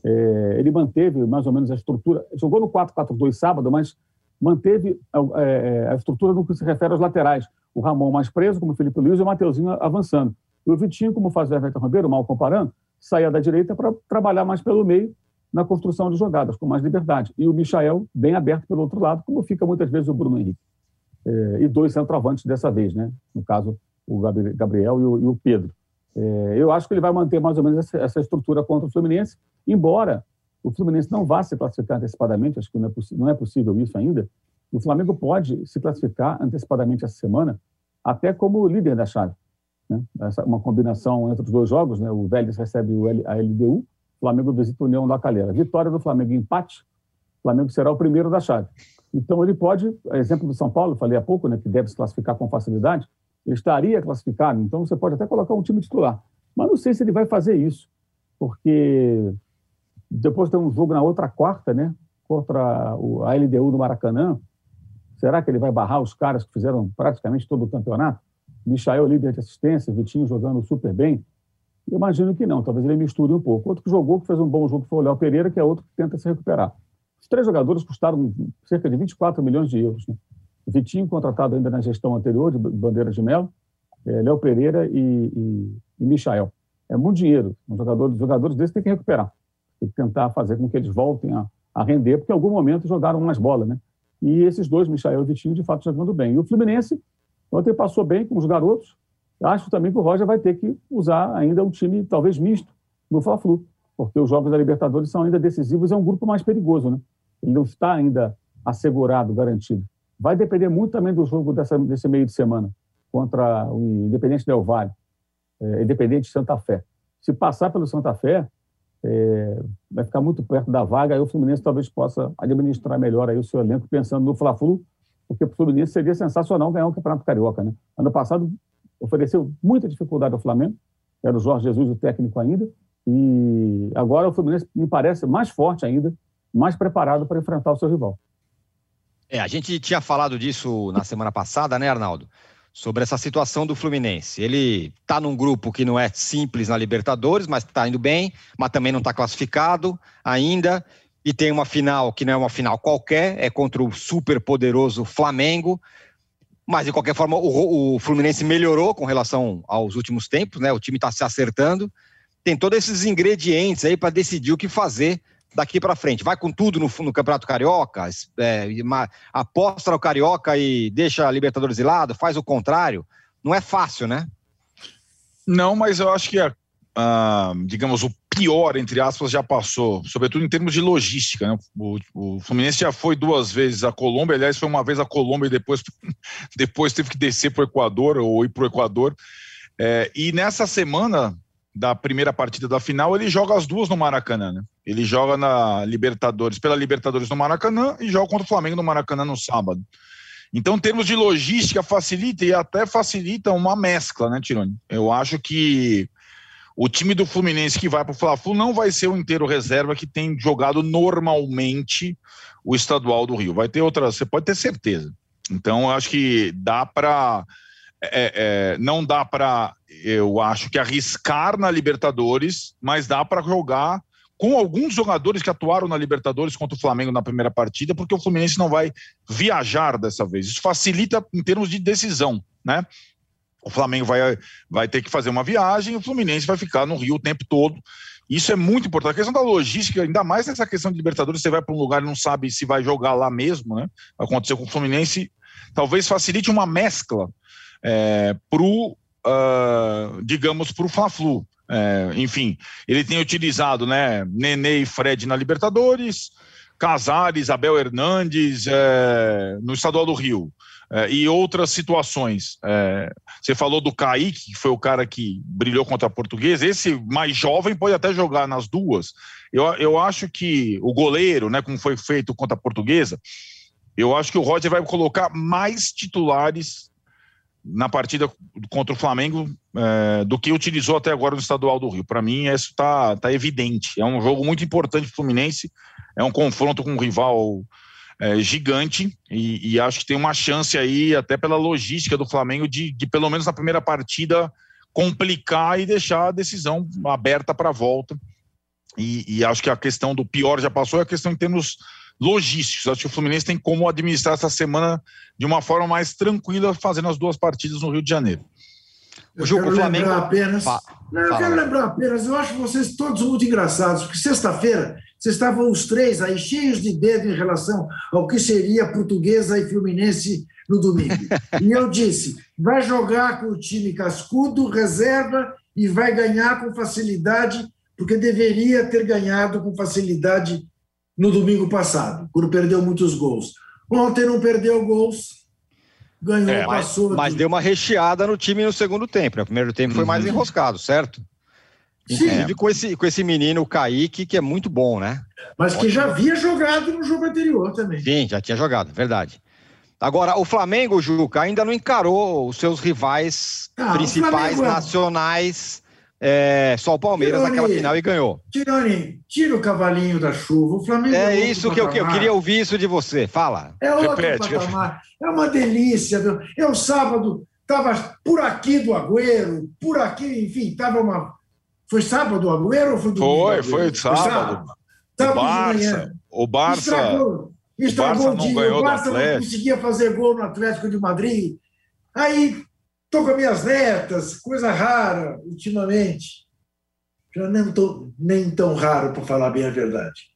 É, ele manteve mais ou menos a estrutura, jogou no quatro quatro dois sábado, mas manteve a, a, a estrutura no que se refere aos laterais. O Ramon mais preso, como o Felipe Luiz, e o Mateuzinho avançando. E o Vitinho, como faz o Everton Ribeiro, mal comparando, saía da direita para trabalhar mais pelo meio na construção de jogadas, com mais liberdade. E o Michael bem aberto pelo outro lado, como fica muitas vezes o Bruno Henrique. É, e dois centroavantes dessa vez, né? No caso, o Gabriel e o, e o Pedro. É, eu acho que ele vai manter mais ou menos essa, essa estrutura contra o Fluminense, embora o Fluminense não vá se classificar antecipadamente, acho que não é, não é possível isso ainda. O Flamengo pode se classificar antecipadamente essa semana, até como líder da chave, né? Essa, uma combinação entre os dois jogos, né? O Vélez recebe o L, a L D U, o Flamengo visita a União da Calera. Vitória do Flamengo em empate, o Flamengo será o primeiro da chave. Então ele pode, exemplo do São Paulo, falei há pouco, né, que deve se classificar com facilidade, ele estaria classificado, então você pode até colocar um time titular. Mas não sei se ele vai fazer isso, porque depois tem um jogo na outra quarta, né, contra a L D U do Maracanã. Será que ele vai barrar os caras que fizeram praticamente todo o campeonato? Michael, líder de assistência, Vitinho jogando super bem. Eu imagino que não, talvez ele misture um pouco. Outro que jogou, que fez um bom jogo, foi o Léo Pereira, que é outro que tenta se recuperar. Os três jogadores custaram cerca de vinte e quatro milhões de euros. Né? Vitinho, contratado ainda na gestão anterior, de Bandeira de Melo, é, Léo Pereira e, e, e Michael. É muito dinheiro. Os jogadores, os jogadores desses têm que recuperar. Tem que tentar fazer com que eles voltem a, a render, porque em algum momento jogaram umas bolas, né? E esses dois, Michael e Vitinho, de fato, jogando bem. E o Fluminense, ontem passou bem com os garotos. Acho também que o Roger vai ter que usar ainda um time, talvez, misto, no Fla-Flu, porque os jogos da Libertadores são ainda decisivos, é um grupo mais perigoso, né? Ele não está ainda assegurado, garantido. Vai depender muito também do jogo dessa, desse meio de semana, contra o Independente Del Valle, é, Independente Santa Fé. Se passar pelo Santa Fé, é, vai ficar muito perto da vaga, aí o Fluminense talvez possa administrar melhor aí o seu elenco, pensando no Fla-Flu, porque para o Fluminense seria sensacional ganhar o Campeonato Carioca, né? Ano passado ofereceu muita dificuldade ao Flamengo, era o Jorge Jesus o técnico ainda, e agora o Fluminense me parece mais forte ainda, mais preparado para enfrentar o seu rival. É, a gente tinha falado disso na semana passada, né, Arnaldo? Sobre essa situação do Fluminense. Ele está num grupo que não é simples na Libertadores, mas está indo bem, mas também não está classificado ainda, e tem uma final que não é uma final qualquer, é contra o super poderoso Flamengo, mas de qualquer forma o, o Fluminense melhorou com relação aos últimos tempos, né? O time está se acertando, tem todos esses ingredientes aí para decidir o que fazer daqui para frente. Vai com tudo no, no Campeonato Carioca, é, uma, aposta no Carioca e deixa a Libertadores de lado, faz o contrário. Não é fácil, né? Não, mas eu acho que, a, a, digamos, o pior, entre aspas, já passou, sobretudo em termos de logística, né? O, o Fluminense já foi duas vezes à Colômbia, aliás, foi uma vez à Colômbia e depois, depois teve que descer para o Equador ou ir para o Equador. É, e nessa semana da primeira partida da final, ele joga as duas no Maracanã, né? Ele joga na Libertadores, pela Libertadores no Maracanã e joga contra o Flamengo no Maracanã no sábado. Então, em termos de logística, facilita e até facilita uma mescla, né, Tironi? Eu acho que o time do Fluminense que vai para o Fla-Flu não vai ser o inteiro reserva que tem jogado normalmente o estadual do Rio. Vai ter outras, você pode ter certeza. Então, eu acho que dá para é, é, não dá para, eu acho que arriscar na Libertadores, mas dá para jogar com alguns jogadores que atuaram na Libertadores contra o Flamengo na primeira partida, porque o Fluminense não vai viajar dessa vez. Isso facilita em termos de decisão, né? O Flamengo vai, vai ter que fazer uma viagem, o Fluminense vai ficar no Rio o tempo todo. Isso é muito importante. A questão da logística, ainda mais nessa questão de Libertadores, você vai para um lugar e não sabe se vai jogar lá mesmo, né? Aconteceu com o Fluminense, talvez facilite uma mescla é, pro, uh, digamos, pro Fla-Flu. É, enfim, ele tem utilizado, né, Nenê e Fred na Libertadores, Casares, Abel Hernandes é, no Estadual do Rio. É, e outras situações. É, você falou do Kaique, que foi o cara que brilhou contra a Portuguesa. Esse mais jovem pode até jogar nas duas. Eu, eu acho que o goleiro, né, como foi feito contra a Portuguesa, eu acho que o Roger vai colocar mais titulares na partida contra o Flamengo é, do que utilizou até agora no Estadual do Rio. Para mim, isso está tá evidente. É um jogo muito importante para o Fluminense, é um confronto com um rival É, gigante e, e acho que tem uma chance aí, até pela logística do Flamengo, de, de pelo menos na primeira partida complicar e deixar a decisão aberta para a volta. E, e acho que a questão do pior já passou, é a questão em termos logísticos. Acho que o Fluminense tem como administrar essa semana de uma forma mais tranquila, fazendo as duas partidas no Rio de Janeiro. Eu quero o Flamengo... lembrar apenas. Fa... Não, eu Fala. quero lembrar apenas, eu acho vocês todos muito engraçados, porque sexta-feira vocês estavam os três aí cheios de dedo em relação ao que seria Portuguesa e Fluminense no domingo. E eu disse, vai jogar com o time cascudo, reserva, e vai ganhar com facilidade, porque deveria ter ganhado com facilidade no domingo passado, quando perdeu muitos gols. Ontem não perdeu gols. Ganhou, é, passou. Mas, mas deu uma recheada no time no segundo tempo. Né? O primeiro tempo foi uhum. mais enroscado, certo? Inclusive é. com, esse, com esse menino, o Kaique, que é muito bom, né? Mas que Ótimo. já havia jogado no jogo anterior também. Sim, já tinha jogado, verdade. Agora, o Flamengo, Juca, ainda não encarou os seus rivais ah, principais Flamengo, nacionais, é, só o Palmeiras Tirone, naquela final e ganhou. Tirone, tira o cavalinho da chuva. O Flamengo é, é isso que eu, eu queria ouvir isso de você. Fala. É outro Repete. patamar. É uma delícia. Viu? Eu, sábado, estava por aqui do Agüero, por aqui, enfim, estava uma... Foi sábado o Agüero ou foi domingo? Foi, foi sábado. Foi sábado. sábado o Barça, o Barça, estragou, estragou o, Barça não ganhou o Barça não conseguia fazer gol no Atlético de Madrid. Aí, estou com as minhas netas, coisa rara ultimamente. Já nem, tô, nem tão raro, para falar bem a verdade.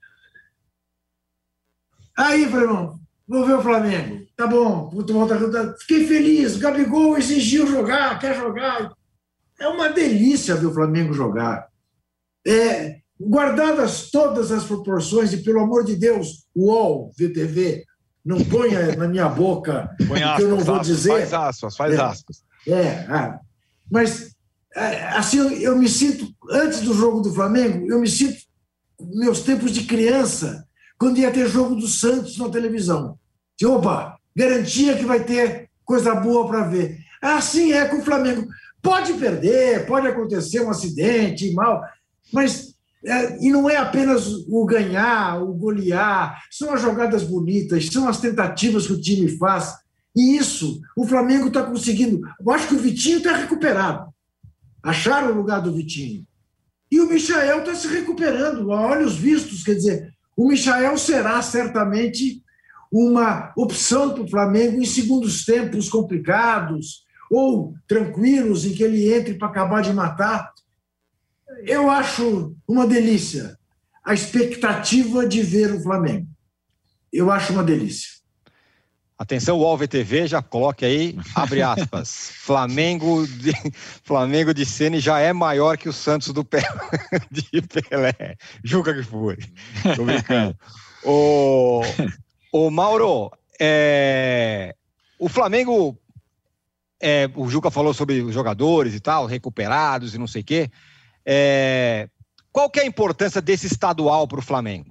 Aí, falei, irmão, vou ver o Flamengo. Tá bom, fiquei feliz. O Gabigol exigiu jogar, quer jogar. É uma delícia ver o Flamengo jogar. É, guardadas todas as proporções, e pelo amor de Deus, U O L, V T V, não ponha na minha boca o que eu não vou aspas, dizer. Faz aspas, faz é, aspas. É, ah, mas assim, eu me sinto, antes do jogo do Flamengo, eu me sinto meus tempos de criança, quando ia ter jogo do Santos na televisão. E, opa, garantia que vai ter coisa boa para ver. Assim é com o Flamengo. Pode perder, pode acontecer um acidente, mal, mas é, e não é apenas o ganhar, o golear, são as jogadas bonitas, são as tentativas que o time faz. E isso, o Flamengo está conseguindo. Eu acho que o Vitinho está recuperado. Acharam o lugar do Vitinho. E o Michael está se recuperando, a olhos vistos. Quer dizer, o Michael será certamente uma opção para o Flamengo em segundos tempos complicados, ou tranquilos, em que ele entre para acabar de matar. Eu acho uma delícia a expectativa de ver o Flamengo. Eu acho uma delícia. Atenção, o U O L V T V, já coloque aí, abre aspas. Flamengo de, Flamengo de Ceni já é maior que o Santos do Pelé, de Pelé. Juca Kfouri. Tô brincando. O, o Mauro, é, o Flamengo... É, o Juca falou sobre os jogadores e tal, recuperados e não sei o quê. É, qual que é a importância desse estadual para o Flamengo?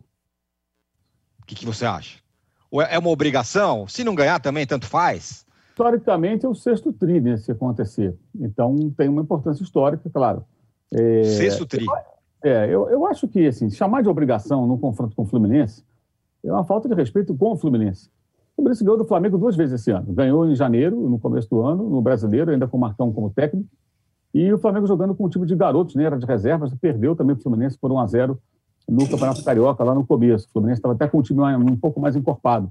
O que, que você acha? É uma obrigação? Se não ganhar também, tanto faz? Historicamente, é o sexto tri, né, se acontecer. Então, tem uma importância histórica, claro. É, sexto tri. É, eu, eu acho que, assim, chamar de obrigação no confronto com o Fluminense é uma falta de respeito com o Fluminense. Fluminense ganhou do Flamengo duas vezes esse ano. Ganhou em janeiro, no começo do ano, no Brasileiro, ainda com o Marcão como técnico. E o Flamengo jogando com um time de garotos, né? Era de reservas, perdeu também para o Fluminense por um a zero no Campeonato Carioca, lá no começo. O Fluminense estava até com um time um pouco mais encorpado.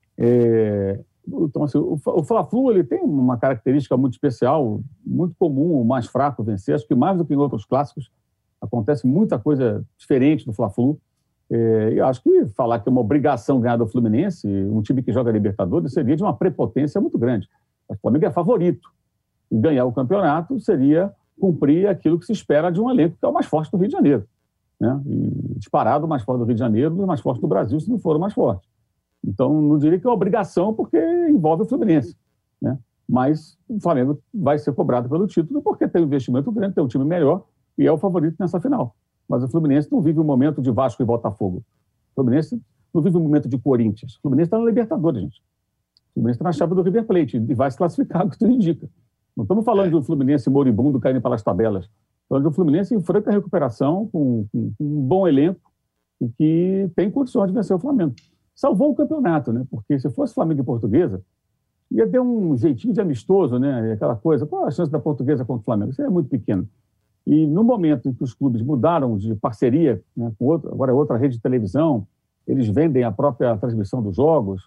É... Então, assim, o Fla-Flu ele tem uma característica muito especial, muito comum, o mais fraco vencer. Acho que mais do que em outros clássicos, acontece muita coisa diferente no Fla-Flu. É... E acho que falar que é uma obrigação ganhar do Fluminense, um time que joga Libertadores, seria de uma prepotência muito grande. O Flamengo é favorito. E ganhar o campeonato seria cumprir aquilo que se espera de um elenco que é o mais forte do Rio de Janeiro. Né? E disparado o mais forte do Rio de Janeiro, o mais forte do Brasil, se não for o mais forte. Então, não diria que é obrigação, porque envolve o Fluminense. Né? Mas o Flamengo vai ser cobrado pelo título, porque tem um investimento grande, tem um time melhor e é o favorito nessa final. Mas o Fluminense não vive um momento de Vasco e Botafogo. O Fluminense não vive um momento de Corinthians. O Fluminense está na Libertadores, gente. O Fluminense está na chave do River Plate e vai se classificar, o que tudo indica. Não estamos falando de um Fluminense moribundo caindo pelas tabelas. Estamos falando de um Fluminense em franca recuperação, com, com, com um bom elenco e que tem condições de vencer o Flamengo. Salvou o campeonato, né? Porque se fosse Flamengo e Portuguesa, ia ter um jeitinho de amistoso, né? Aquela coisa, qual a chance da Portuguesa contra o Flamengo? Isso é muito pequeno. E no momento em que os clubes mudaram de parceria, né, com outro, agora é outra rede de televisão, eles vendem a própria transmissão dos jogos,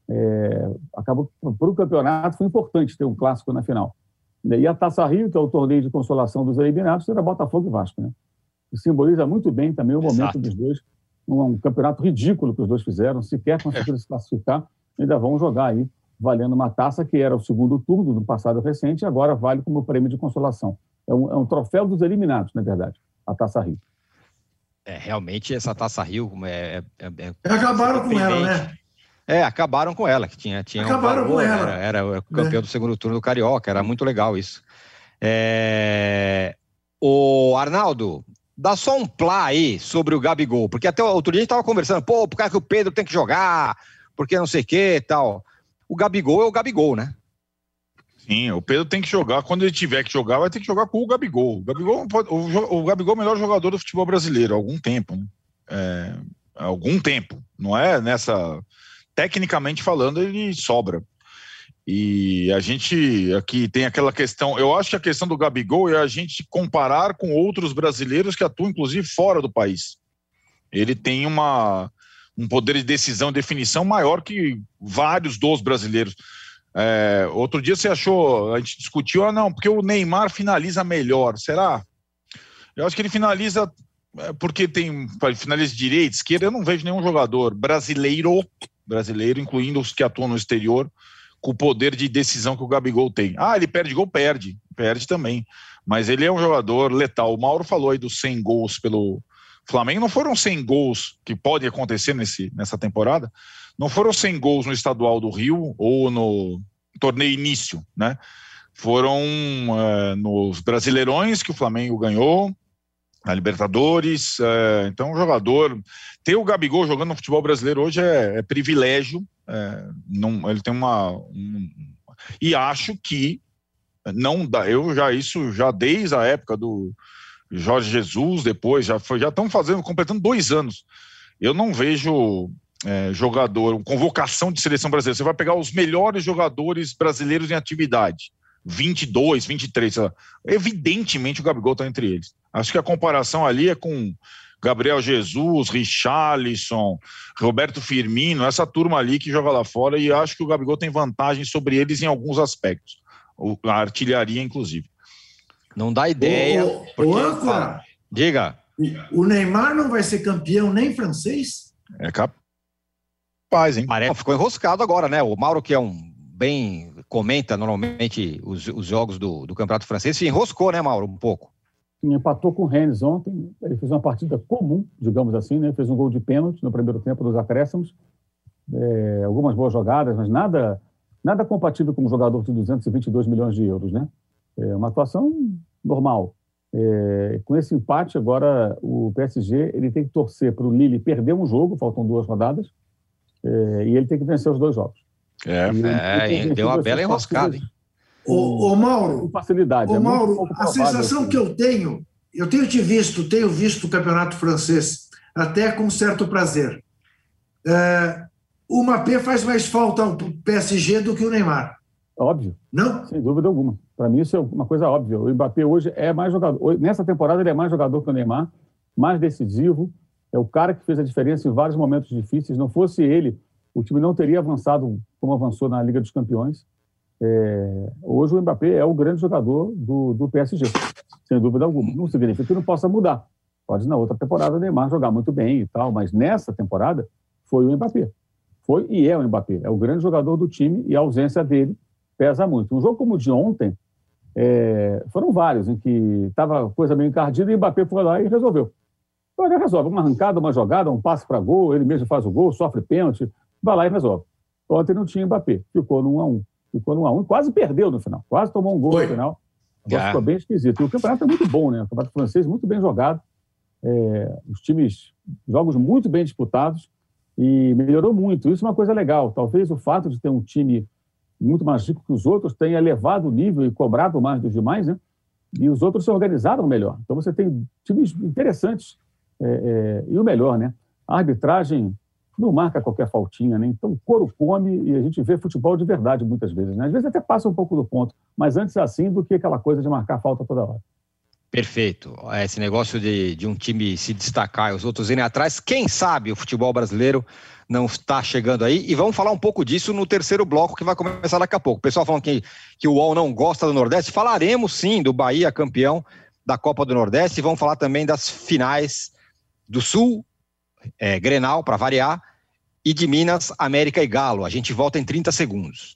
é, acabou, para o campeonato foi importante ter um clássico na final. E a Taça Rio, que é o torneio de consolação dos eliminados, será Botafogo e Vasco, né? E simboliza muito bem também o momento Exato. Dos dois. Um, um campeonato ridículo que os dois fizeram, sequer conseguiram é. se classificar, ainda vão jogar aí, valendo uma taça que era o segundo turno do passado recente e agora vale como prêmio de consolação. É um, é um troféu dos eliminados, na verdade, a Taça Rio. É, realmente, essa Taça Rio é... é, é acabaram com ela, né? É, acabaram com ela, que tinha, tinha acabaram um valor, com ela. Era, era o campeão é. do segundo turno do Carioca, era muito legal isso. É... O Arnaldo, dá só um plá aí sobre o Gabigol, porque até outro dia a gente estava conversando, pô, por causa que o Pedro tem que jogar, porque não sei o que e tal. O Gabigol é o Gabigol, né? Sim, o Pedro tem que jogar, quando ele tiver que jogar, vai ter que jogar com o Gabigol. O Gabigol, pode, o, o Gabigol é o melhor jogador do futebol brasileiro há algum tempo, né? É, há algum tempo, não é nessa... Tecnicamente falando, ele sobra. E a gente aqui tem aquela questão, eu acho que a questão do Gabigol é a gente comparar com outros brasileiros que atuam, inclusive, fora do país. Ele tem uma, um poder de decisão e definição maior que vários dos brasileiros. É, outro dia você achou, a gente discutiu, ah não, porque o Neymar finaliza melhor, será? Eu acho que ele finaliza porque tem, finaliza de direita, esquerda, eu não vejo nenhum jogador brasileiro brasileiro, incluindo os que atuam no exterior, com o poder de decisão que o Gabigol tem. Ah, ele perde gol? Perde. Perde também. Mas ele é um jogador letal. O Mauro falou aí dos cem gols pelo Flamengo. Não foram cem gols que pode acontecer nesse, nessa temporada. Não foram cem gols no Estadual do Rio ou no torneio início, né? Foram é, nos Brasileirões que o Flamengo ganhou, na Libertadores. É, então, um jogador... Ter o Gabigol jogando no futebol brasileiro hoje é, é privilégio. É, não, ele tem uma... Um, e acho que não dá... Eu já, isso já desde a época do Jorge Jesus, depois, já foi, já estão fazendo, completando dois anos. Eu não vejo é, jogador, convocação de seleção brasileira. Você vai pegar os melhores jogadores brasileiros em atividade. vinte e dois, vinte e três, sei lá. Evidentemente o Gabigol está entre eles. Acho que a comparação ali é com Gabriel Jesus, Richarlison, Roberto Firmino, essa turma ali que joga lá fora, e acho que o Gabigol tem vantagem sobre eles em alguns aspectos, a artilharia inclusive. Não dá ideia. O, porque... o âncora, diga. O Neymar não vai ser campeão nem francês? É capaz, hein? Parece, ficou enroscado agora, né? O Mauro, que é um bem... comenta normalmente os, os jogos do, do Campeonato Francês, se enroscou, né, Mauro, um pouco. Empatou com o Rennes ontem, ele fez uma partida comum, digamos assim, né? Fez um gol de pênalti no primeiro tempo dos acréscimos, é, algumas boas jogadas, mas nada, nada compatível com um jogador de duzentos e vinte e dois milhões de euros, né? É uma atuação normal. É, com esse empate, agora o P S G ele tem que torcer para o Lille perder um jogo, faltam duas rodadas, é, e ele tem que vencer os dois jogos. É, é deu uma bela enroscada, hein? Ô, ô Mauro, com facilidade. Ô, é Mauro, a sensação assim. que eu tenho, eu tenho te visto, tenho visto o Campeonato Francês, até com certo prazer. É, o Mbappé faz mais falta ao P S G do que o Neymar. Óbvio. Não? Sem dúvida alguma. Para mim isso é uma coisa óbvia. O Mbappé hoje é mais jogador. Nessa temporada ele é mais jogador que o Neymar, mais decisivo. É o cara que fez a diferença em vários momentos difíceis. Não fosse ele, o time não teria avançado como avançou na Liga dos Campeões. É... Hoje o Mbappé é o grande jogador do, do P S G, sem dúvida alguma. Não significa que não possa mudar. Pode na outra temporada o Neymar jogar muito bem e tal, mas nessa temporada foi o Mbappé. Foi e é o Mbappé. É o grande jogador do time e a ausência dele pesa muito. Um jogo como o de ontem, é... foram vários em que estava coisa meio encardida e o Mbappé foi lá e resolveu. Então ele resolve uma arrancada, uma jogada, um passe para gol, ele mesmo faz o gol, sofre pênalti, vai lá e resolve. Ontem não tinha Mbappé, ficou no um a um. Ficou no um a um e quase perdeu no final, quase tomou um gol Foi. no final. Agora ficou bem esquisito. E o campeonato é muito bom, né? O campeonato francês muito bem jogado, é... os times, jogos muito bem disputados e melhorou muito. Isso é uma coisa legal. Talvez o fato de ter um time muito mais rico que os outros tenha elevado o nível e cobrado mais dos demais, né? E os outros se organizaram melhor. Então você tem times interessantes. É, é, e o melhor, né? A arbitragem não marca qualquer faltinha, né? Então o couro come e a gente vê futebol de verdade muitas vezes, né? Às vezes até passa um pouco do ponto, mas antes assim do que aquela coisa de marcar falta toda hora. Perfeito. Esse negócio de, de um time se destacar e os outros irem atrás, quem sabe o futebol brasileiro não está chegando aí. E vamos falar um pouco disso no terceiro bloco que vai começar daqui a pouco. O pessoal falando que, que o U O L não gosta do Nordeste, falaremos sim do Bahia campeão da Copa do Nordeste e vamos falar também das finais do Sul, é, Grenal, para variar, e de Minas, América e Galo. A gente volta em trinta segundos.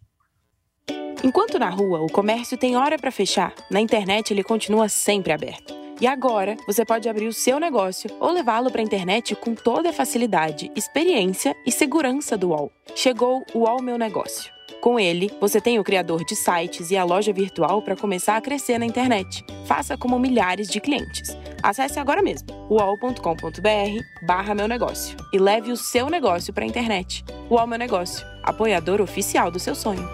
Enquanto na rua o comércio tem hora para fechar, na internet ele continua sempre aberto. E agora você pode abrir o seu negócio ou levá-lo para a internet com toda a facilidade, experiência e segurança do U O L. Chegou o U O L Meu Negócio. Com ele, você tem o criador de sites e a loja virtual para começar a crescer na internet. Faça como milhares de clientes. Acesse agora mesmo uol ponto com ponto br barra meu negócio e leve o seu negócio para a internet. U O L Meu Negócio, apoiador oficial do seu sonho.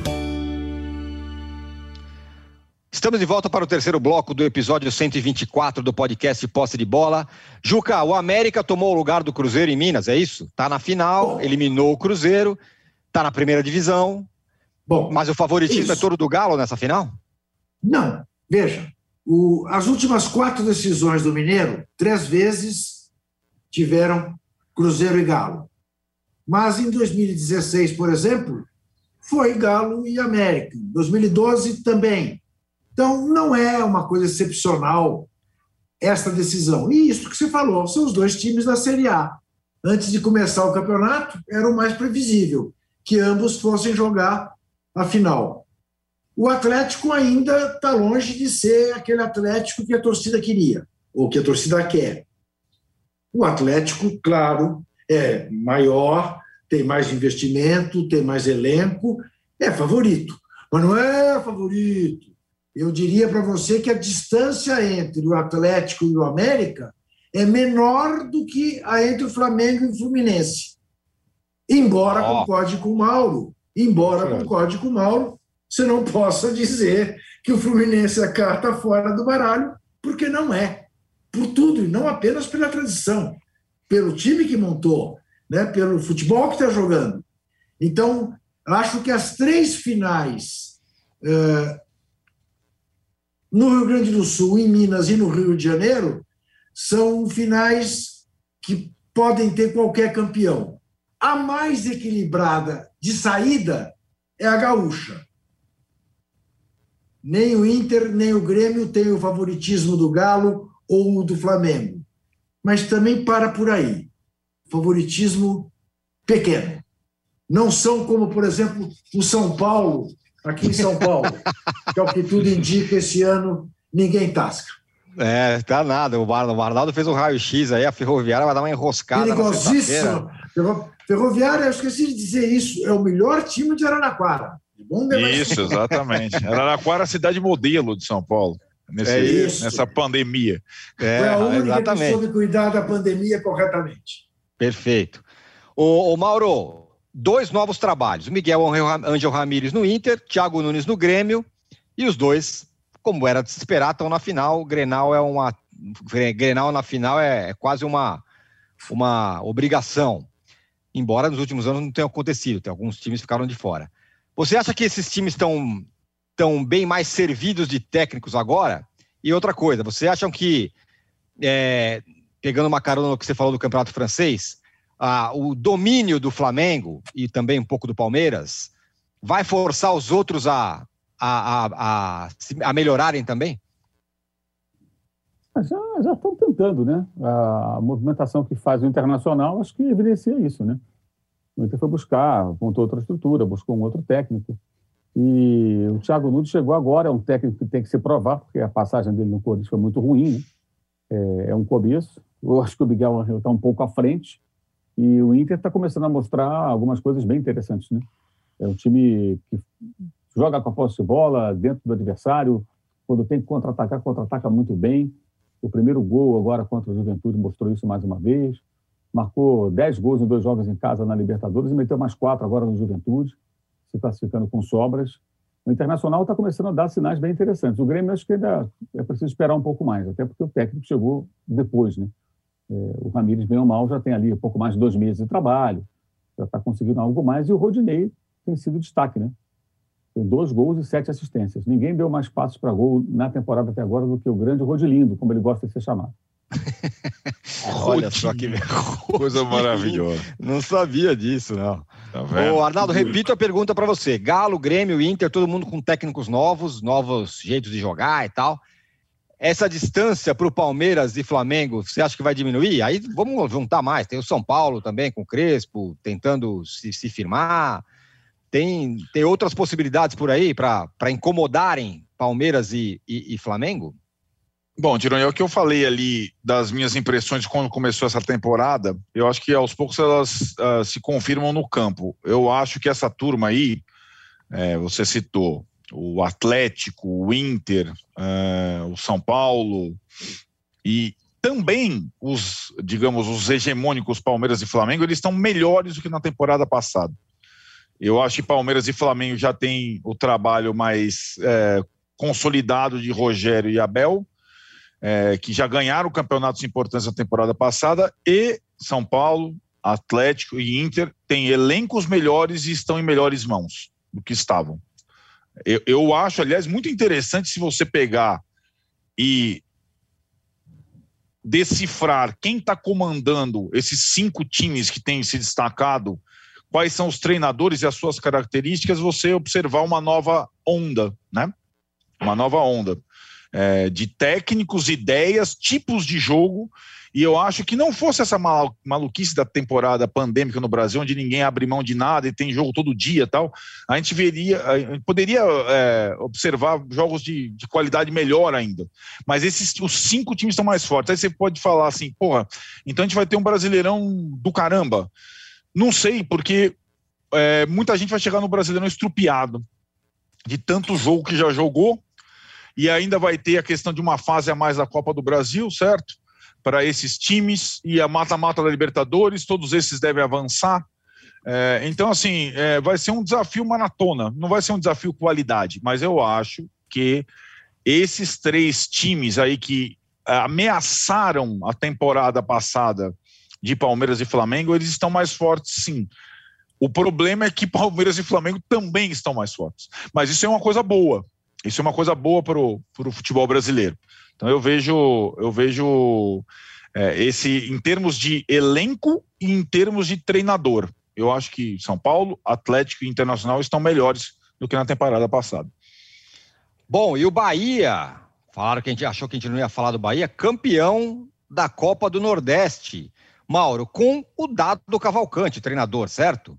Estamos de volta para o terceiro bloco do episódio cento e vinte e quatro do podcast Posse de Bola. Juca, o América tomou o lugar do Cruzeiro em Minas, é isso? Está na final, eliminou o Cruzeiro, está na primeira divisão. Bom, mas o favoritismo isso. é todo do Galo nessa final? Não. Veja, o, as últimas quatro decisões do Mineiro, três vezes tiveram Cruzeiro e Galo. Mas em dois mil e dezesseis, por exemplo, foi Galo e América. Em dois mil e doze também. Então, não é uma coisa excepcional esta decisão. E isso que você falou, são os dois times da Série A. Antes de começar o campeonato, era o mais previsível, que ambos fossem jogar a final. O Atlético ainda está longe de ser aquele Atlético que a torcida queria, ou que a torcida quer. O Atlético, claro, é maior, tem mais investimento, tem mais elenco, é favorito. Mas não é favorito. Eu diria para você que a distância entre o Atlético e o América é menor do que a entre o Flamengo e o Fluminense. Embora oh. concorde com o Mauro, embora concorde com o Mauro, você não possa dizer que o Fluminense é a carta fora do baralho, porque não é. Por tudo, e não apenas pela tradição, pelo time que montou, né, pelo futebol que está jogando. Então, acho que as três finais... Uh, no Rio Grande do Sul, em Minas e no Rio de Janeiro, são finais que podem ter qualquer campeão. A mais equilibrada de saída é a gaúcha. Nem o Inter, nem o Grêmio têm o favoritismo do Galo ou do Flamengo. Mas também para por aí. Favoritismo pequeno. Não são como, por exemplo, o São Paulo, aqui em São Paulo, que é o que tudo indica, esse ano ninguém tasca. É, tá nada. O Arnaldo fez um raio-x aí, a Ferroviária vai dar uma enroscada. Perigosíssimo. Ferroviária, eu esqueci de dizer isso, é o melhor time de Araraquara. Bom isso, exatamente. Araraquara é a cidade modelo de São Paulo, nesse, é isso. nessa pandemia. É, Foi a única exatamente. que soube cuidar da pandemia corretamente. Perfeito. Ô, ô Mauro, dois novos trabalhos. O Miguel Ángel Ramírez no Inter, Thiago Nunes no Grêmio, e os dois, como era de se esperar, estão na final. O Grenal é uma... Grenal na final é, é quase uma, uma obrigação. embora nos últimos anos não tenha acontecido, tem alguns times que ficaram de fora. Você acha que esses times estão, estão bem mais servidos de técnicos agora? E outra coisa, vocês acham que, é, pegando uma carona no que você falou do Campeonato Francês, ah, o domínio do Flamengo e também um pouco do Palmeiras vai forçar os outros a, a, a, a, a melhorarem também? Já, já estão tentando, né? A movimentação que faz o Internacional, acho que evidencia isso, né? O Inter foi buscar, montou outra estrutura, buscou um outro técnico. E o Thiago Nunes chegou agora, é um técnico que tem que se provar, porque a passagem dele no Corinthians foi muito ruim, né? É, é um começo. Eu acho que o Miguel Angel está um pouco à frente. E o Inter está começando a mostrar algumas coisas bem interessantes, né? É um time que joga com a posse de bola dentro do adversário. Quando tem que contra-atacar, contra-ataca muito bem. O primeiro gol agora contra o Juventude mostrou isso mais uma vez. Marcou dez gols em dois jogos em casa na Libertadores e meteu mais quatro agora no Juventude, se classificando com sobras. O Internacional está começando a dar sinais bem interessantes. O Grêmio acho que ainda é preciso esperar um pouco mais, até porque o técnico chegou depois, né? É, o Ramírez, bem ou mal, já tem ali um pouco mais de dois meses de trabalho, já está conseguindo algo mais, e o Rodinei tem sido destaque, né? Tem dois gols e sete assistências. Ninguém deu mais passos para gol na temporada até agora do que o grande Rodilindo, como ele gosta de ser chamado. Olha só que coisa maravilhosa. Não sabia disso, não. Tá vendo? Ô, Arnaldo, repito a pergunta para você. Galo, Grêmio, Inter, todo mundo com técnicos novos, novos jeitos de jogar e tal. Essa distância para o Palmeiras e Flamengo, você acha que vai diminuir? Aí vamos juntar mais. Tem o São Paulo também, com o Crespo, tentando se, se firmar. Tem, tem outras possibilidades por aí para incomodarem Palmeiras e, e, e Flamengo? Bom, Tironi, é o que eu falei ali das minhas impressões de quando começou essa temporada. Eu acho que aos poucos elas uh, se confirmam no campo. Eu acho que essa turma aí, é, você citou o Atlético, o Inter, uh, o São Paulo e também os, digamos, os hegemônicos Palmeiras e Flamengo, eles estão melhores do que na temporada passada. Eu acho que Palmeiras e Flamengo já têm o trabalho mais é, consolidado de Rogério e Abel, é, que já ganharam campeonatos importantes na temporada passada, e São Paulo, Atlético e Inter têm elencos melhores e estão em melhores mãos do que estavam. Eu, eu acho, aliás, muito interessante se você pegar e decifrar quem está comandando esses cinco times que têm se destacado, quais são os treinadores e as suas características, você observar uma nova onda, né? Uma nova onda é, de técnicos, ideias, tipos de jogo, e eu acho que não fosse essa mal, maluquice da temporada pandêmica no Brasil, onde ninguém abre mão de nada e tem jogo todo dia e tal, a gente veria, a gente poderia é, observar jogos de, de qualidade melhor ainda, mas esses, os cinco times estão mais fortes. Aí você pode falar assim, porra, então a gente vai ter um Brasileirão do caramba. Não sei, porque é, muita gente vai chegar no Brasileirão estrupiado de tanto jogo que já jogou, e ainda vai ter a questão de uma fase a mais da Copa do Brasil, certo? Para esses times, e a mata-mata da Libertadores, todos esses devem avançar. É, então, assim, é, vai ser um desafio maratona, não vai ser um desafio qualidade, mas eu acho que esses três times aí que ameaçaram a temporada passada de Palmeiras e Flamengo, eles estão mais fortes, sim. O problema é que Palmeiras e Flamengo também estão mais fortes. Mas isso é uma coisa boa. Isso é uma coisa boa para o futebol brasileiro. Então eu vejo, eu vejo é, esse em termos de elenco e em termos de treinador. Eu acho que São Paulo, Atlético e Internacional estão melhores do que na temporada passada. Bom, e o Bahia? Falaram que a gente achou que a gente não ia falar do Bahia. Campeão da Copa do Nordeste. Mauro, com o Dado Cavalcante, treinador, certo?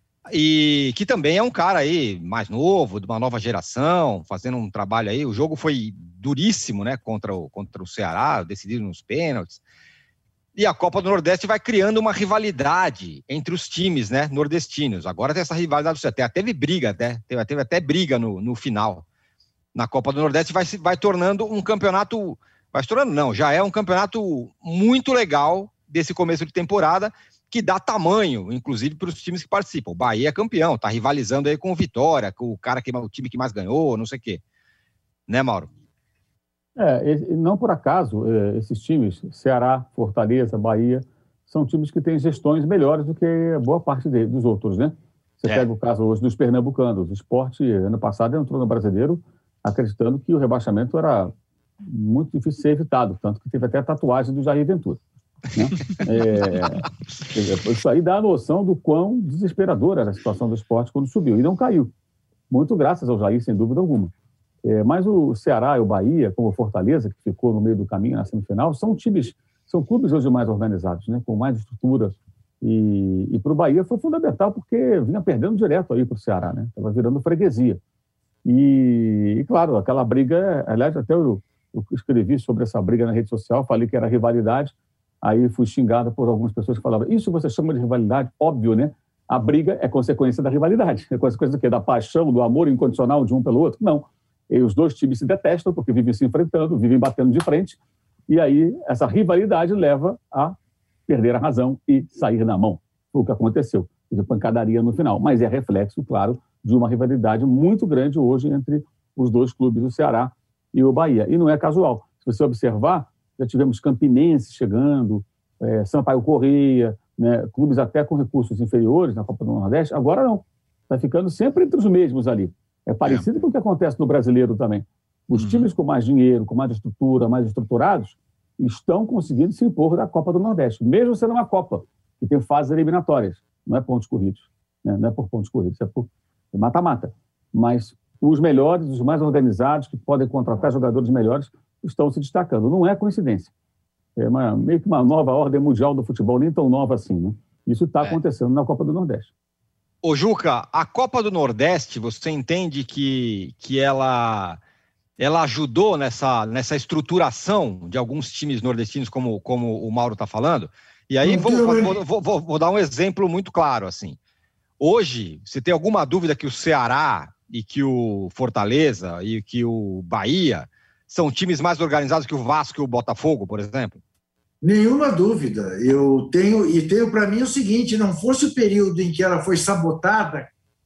E que também é um cara aí mais novo, de uma nova geração, fazendo um trabalho aí. O jogo foi duríssimo, né, contra o, contra o Ceará, decidido nos pênaltis. E a Copa do Nordeste vai criando uma rivalidade entre os times, né, nordestinos. Agora tem essa rivalidade, até teve briga, até, teve, teve até briga no, no final. Na Copa do Nordeste vai, vai tornando um campeonato, vai se tornando não, já é um campeonato muito legal desse começo de temporada, que dá tamanho, inclusive, para os times que participam. O Bahia é campeão, tá rivalizando aí com o Vitória, com o cara que o time que mais ganhou, não sei o quê. Né, Mauro? É, não por acaso, esses times, Ceará, Fortaleza, Bahia, são times que têm gestões melhores do que boa parte de, dos outros, né? Você é. pega o caso hoje dos pernambucanos. O Sport, ano passado, entrou no Brasileiro acreditando que o rebaixamento era muito difícil de ser evitado, tanto que teve até a tatuagem do Jair Ventura. Né? É, isso aí dá a noção do quão desesperadora era a situação do Sport quando subiu. E não caiu. Muito graças ao Jair, sem dúvida alguma. É, mas o Ceará e o Bahia, como o Fortaleza, que ficou no meio do caminho na semifinal, são times, são clubes hoje mais organizados, né? Com mais estrutura. E, e para o Bahia foi fundamental, porque vinha perdendo direto aí para o Ceará, né? Estava virando freguesia. E, e, claro, aquela briga, aliás, até eu, eu escrevi sobre essa briga na rede social, falei que era rivalidade, aí fui xingado por algumas pessoas que falavam, isso você chama de rivalidade? Óbvio, né? A briga é consequência da rivalidade. É consequência do quê? Da paixão, do amor incondicional de um pelo outro? Não. E os dois times se detestam porque vivem se enfrentando, vivem batendo de frente, e aí essa rivalidade leva a perder a razão e sair na mão. Foi o que aconteceu. Teve pancadaria no final. Mas é reflexo, claro, de uma rivalidade muito grande hoje entre os dois clubes, o Ceará e o Bahia. E não é casual. Se você observar, já tivemos Campinense chegando, é, Sampaio Corrêa, né, clubes até com recursos inferiores na Copa do Nordeste. Agora não. Está ficando sempre entre os mesmos ali. É parecido é. com o que acontece no Brasileiro também. Os uhum. times com mais dinheiro, com mais estrutura, mais estruturados, estão conseguindo se impor da Copa do Nordeste, mesmo sendo uma Copa, que tem fases eliminatórias. Não é pontos corridos. Né? Não é por pontos corridos, é por mata-mata. Mas os melhores, os mais organizados, que podem contratar jogadores melhores, estão se destacando. Não é coincidência. É uma, meio que uma nova ordem mundial do futebol, nem tão nova assim. Né? Isso está é. acontecendo na Copa do Nordeste. Ô, Juca, a Copa do Nordeste, você entende que, que ela, ela ajudou nessa, nessa estruturação de alguns times nordestinos, como, como o Mauro está falando? E aí vou, vou, vou, vou, vou dar um exemplo muito claro. Assim. Hoje, você tem alguma dúvida que o Ceará e que o Fortaleza e que o Bahia são times mais organizados que o Vasco e o Botafogo, por exemplo? Nenhuma dúvida. Eu tenho, e tenho para mim o seguinte, não fosse o período em que ela foi sabotada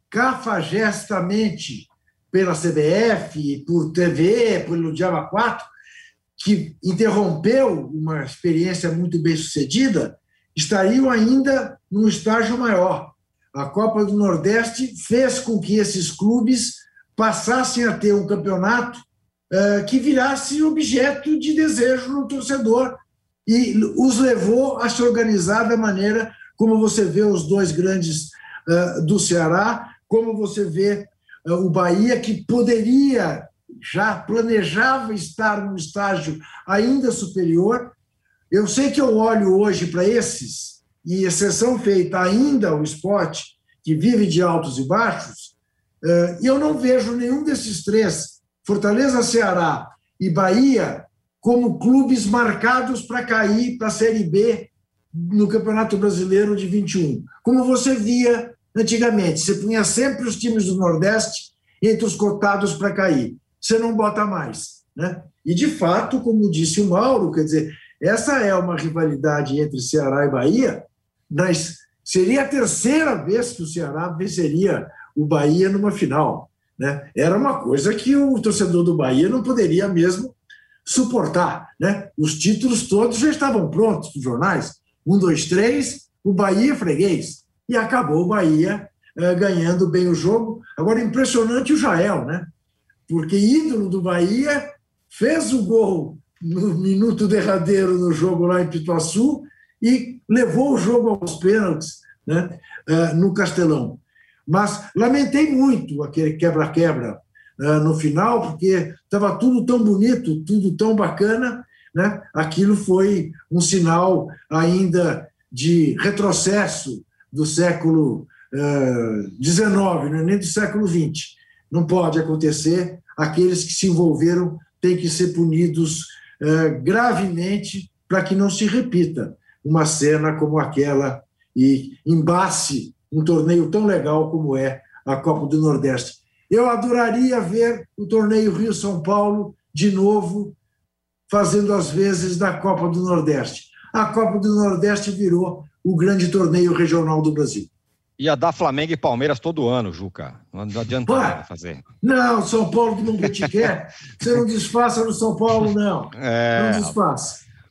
cafajestamente pela C B F, por T V, pelo Diaba quatro, que interrompeu uma experiência muito bem sucedida, estariam ainda num estágio maior. A Copa do Nordeste fez com que esses clubes passassem a ter um campeonato uh, que virasse objeto de desejo no torcedor, e os levou a se organizar da maneira como você vê os dois grandes uh, do Ceará, como você vê uh, o Bahia, que poderia, já planejava estar num estágio ainda superior. Eu sei que eu olho hoje para esses, e exceção feita ainda ao Sport, que vive de altos e baixos, uh, e eu não vejo nenhum desses três, Fortaleza, Ceará e Bahia, como clubes marcados para cair para a Série B no Campeonato Brasileiro de vinte e um. Como você via antigamente, você punha sempre os times do Nordeste entre os cotados para cair. Você não bota mais. Né? E, de fato, como disse o Mauro, quer dizer, essa é uma rivalidade entre Ceará e Bahia, mas seria a terceira vez que o Ceará venceria o Bahia numa final. Né? Era uma coisa que o torcedor do Bahia não poderia mesmo suportar, né? Os títulos todos já estavam prontos nos jornais. Um, dois, três, o Bahia freguês. E acabou o Bahia eh, ganhando bem o jogo. Agora, impressionante o Jael, né? Porque ídolo do Bahia fez o gol no minuto derradeiro no jogo lá em Pituaçu e levou o jogo aos pênaltis, né? eh, no Castelão. Mas lamentei muito aquele quebra-quebra Uh, no final, porque estava tudo tão bonito, tudo tão bacana, né? Aquilo foi um sinal ainda de retrocesso do século dezenove, uh, não é nem do século vinte. Não pode acontecer, aqueles que se envolveram têm que ser punidos uh, gravemente para que não se repita uma cena como aquela e embace um torneio tão legal como é a Copa do Nordeste. Eu adoraria ver o torneio Rio-São Paulo de novo fazendo as vezes da Copa do Nordeste. A Copa do Nordeste virou o grande torneio regional do Brasil. Ia dar Flamengo e Palmeiras todo ano, Juca. Não adianta Ué, fazer. Não, São Paulo que não te quer. Você não desfaça no São Paulo, não. É... Não desfaça.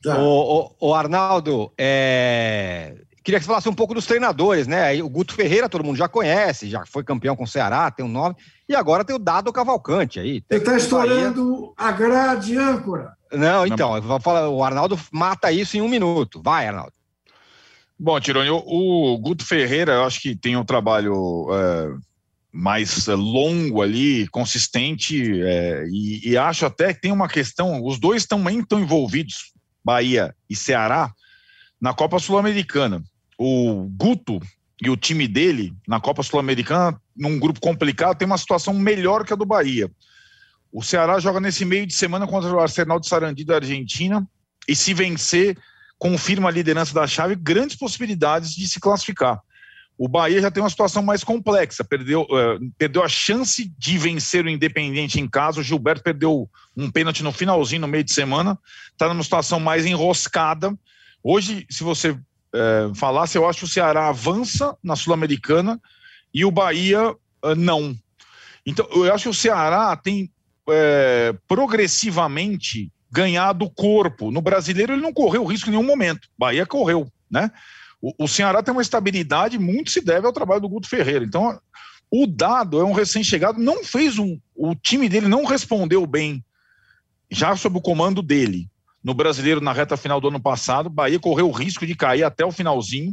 Tá. O, o, o Arnaldo, é... queria que você falasse um pouco dos treinadores, né? O Guto Ferreira, todo mundo já conhece, já foi campeão com o Ceará, tem um nome, e agora tem o Dado Cavalcante aí. Ele está estourando a grade âncora. Não, então, eu vou falar, o Arnaldo mata isso em um minuto. Vai, Arnaldo. Bom, Tironi, o, o Guto Ferreira, eu acho que tem um trabalho é, mais é, longo ali, consistente, é, e, e acho até que tem uma questão, os dois também estão envolvidos, Bahia e Ceará, na Copa Sul-Americana. O Guto e o time dele, na Copa Sul-Americana, num grupo complicado, tem uma situação melhor que a do Bahia. O Ceará joga nesse meio de semana contra o Arsenal de Sarandi da Argentina, e se vencer, confirma a liderança da chave, grandes possibilidades de se classificar. O Bahia já tem uma situação mais complexa, perdeu, uh, perdeu a chance de vencer o Independiente em casa, o Gilberto perdeu um pênalti no finalzinho, no meio de semana, está numa situação mais enroscada. Hoje, se você uh, falasse, eu acho que o Ceará avança na Sul-Americana e o Bahia uh, não. Então, eu acho que o Ceará tem uh, progressivamente ganhado corpo. No Brasileiro ele não correu risco em nenhum momento. Bahia correu, né? O, o Ceará tem uma estabilidade, muito se deve ao trabalho do Guto Ferreira. Então, o Dado é um recém-chegado, não fez um... O time dele não respondeu bem, já sob o comando dele. No Brasileiro, na reta final do ano passado, Bahia correu o risco de cair até o finalzinho.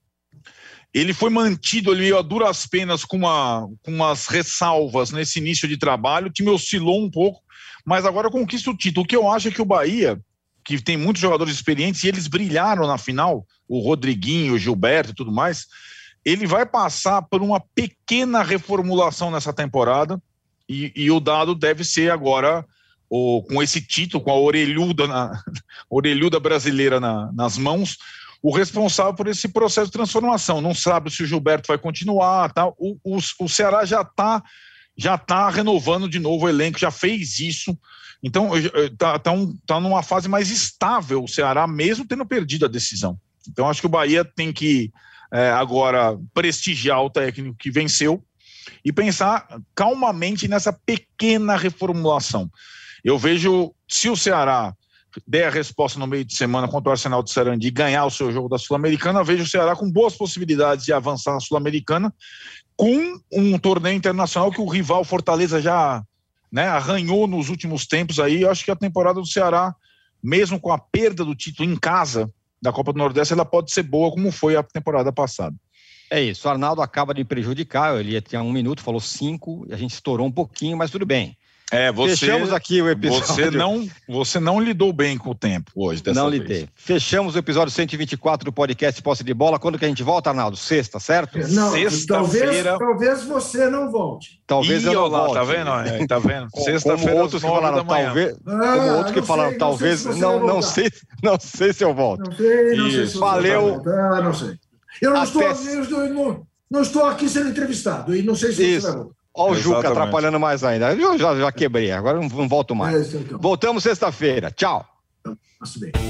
Ele foi mantido ali a duras penas com, uma, com umas ressalvas nesse início de trabalho. O time oscilou um pouco, mas agora conquista o título. O que eu acho é que o Bahia, que tem muitos jogadores experientes, e eles brilharam na final, o Rodriguinho, o Gilberto e tudo mais, ele vai passar por uma pequena reformulação nessa temporada, e, e o Dado deve ser agora, o, com esse título, com a orelhuda, na, orelhuda brasileira na, nas mãos, o responsável por esse processo de transformação. Não sabe se o Gilberto vai continuar, tá? o, o, o Ceará já está já tá renovando de novo o elenco, já fez isso. Então, está tá um, tá numa fase mais estável o Ceará, mesmo tendo perdido a decisão. Então, acho que o Bahia tem que é, agora prestigiar o técnico que venceu e pensar calmamente nessa pequena reformulação. Eu vejo, se o Ceará der a resposta no meio de semana contra o Arsenal de Sarandi e ganhar o seu jogo da Sul-Americana, eu vejo o Ceará com boas possibilidades de avançar na Sul-Americana, com um torneio internacional que o rival Fortaleza já, né, arranhou nos últimos tempos aí. Eu acho que a temporada do Ceará, mesmo com a perda do título em casa da Copa do Nordeste, ela pode ser boa como foi a temporada passada. É isso, o Arnaldo acaba de prejudicar, ele tinha um minuto, falou cinco, e a gente estourou um pouquinho, mas tudo bem. É, você, Fechamos aqui o episódio. Você não, você não lidou bem com o tempo hoje, dessa Não vez. lidei. Fechamos o episódio cento e vinte e quatro do podcast Posse de Bola. Quando que a gente volta, Arnaldo? Sexta, certo? Não, Sexta-feira. Talvez, talvez você não volte. Talvez eu não lá, volte. Tá vendo? É, tá vendo? Sexta-feira, como outros que falaram, talvez. Ah, como outros que não falaram, sei, talvez. Não sei, não, não, sei, não sei se eu volto. Não sei, não sei Isso. se Valeu. Ah, não sei. Eu não, estou, Até... eu estou, não, não estou aqui sendo entrevistado e não sei se Isso. você vai voltar. Olha o Exatamente. Juca atrapalhando mais ainda. Eu já, já quebrei, agora não, não volto mais. É, então. Voltamos sexta-feira. Tchau. Passo bem.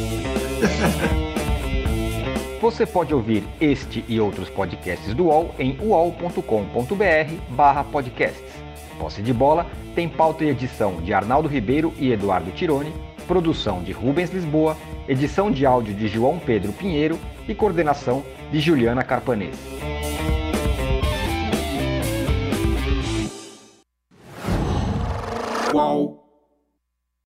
Você pode ouvir este e outros podcasts do U O L em uol ponto com ponto br barra podcasts. Posse de Bola tem pauta e edição de Arnaldo Ribeiro e Eduardo Tironi, produção de Rubens Lisboa, edição de áudio de João Pedro Pinheiro e coordenação de Juliana Carpanês. Uau.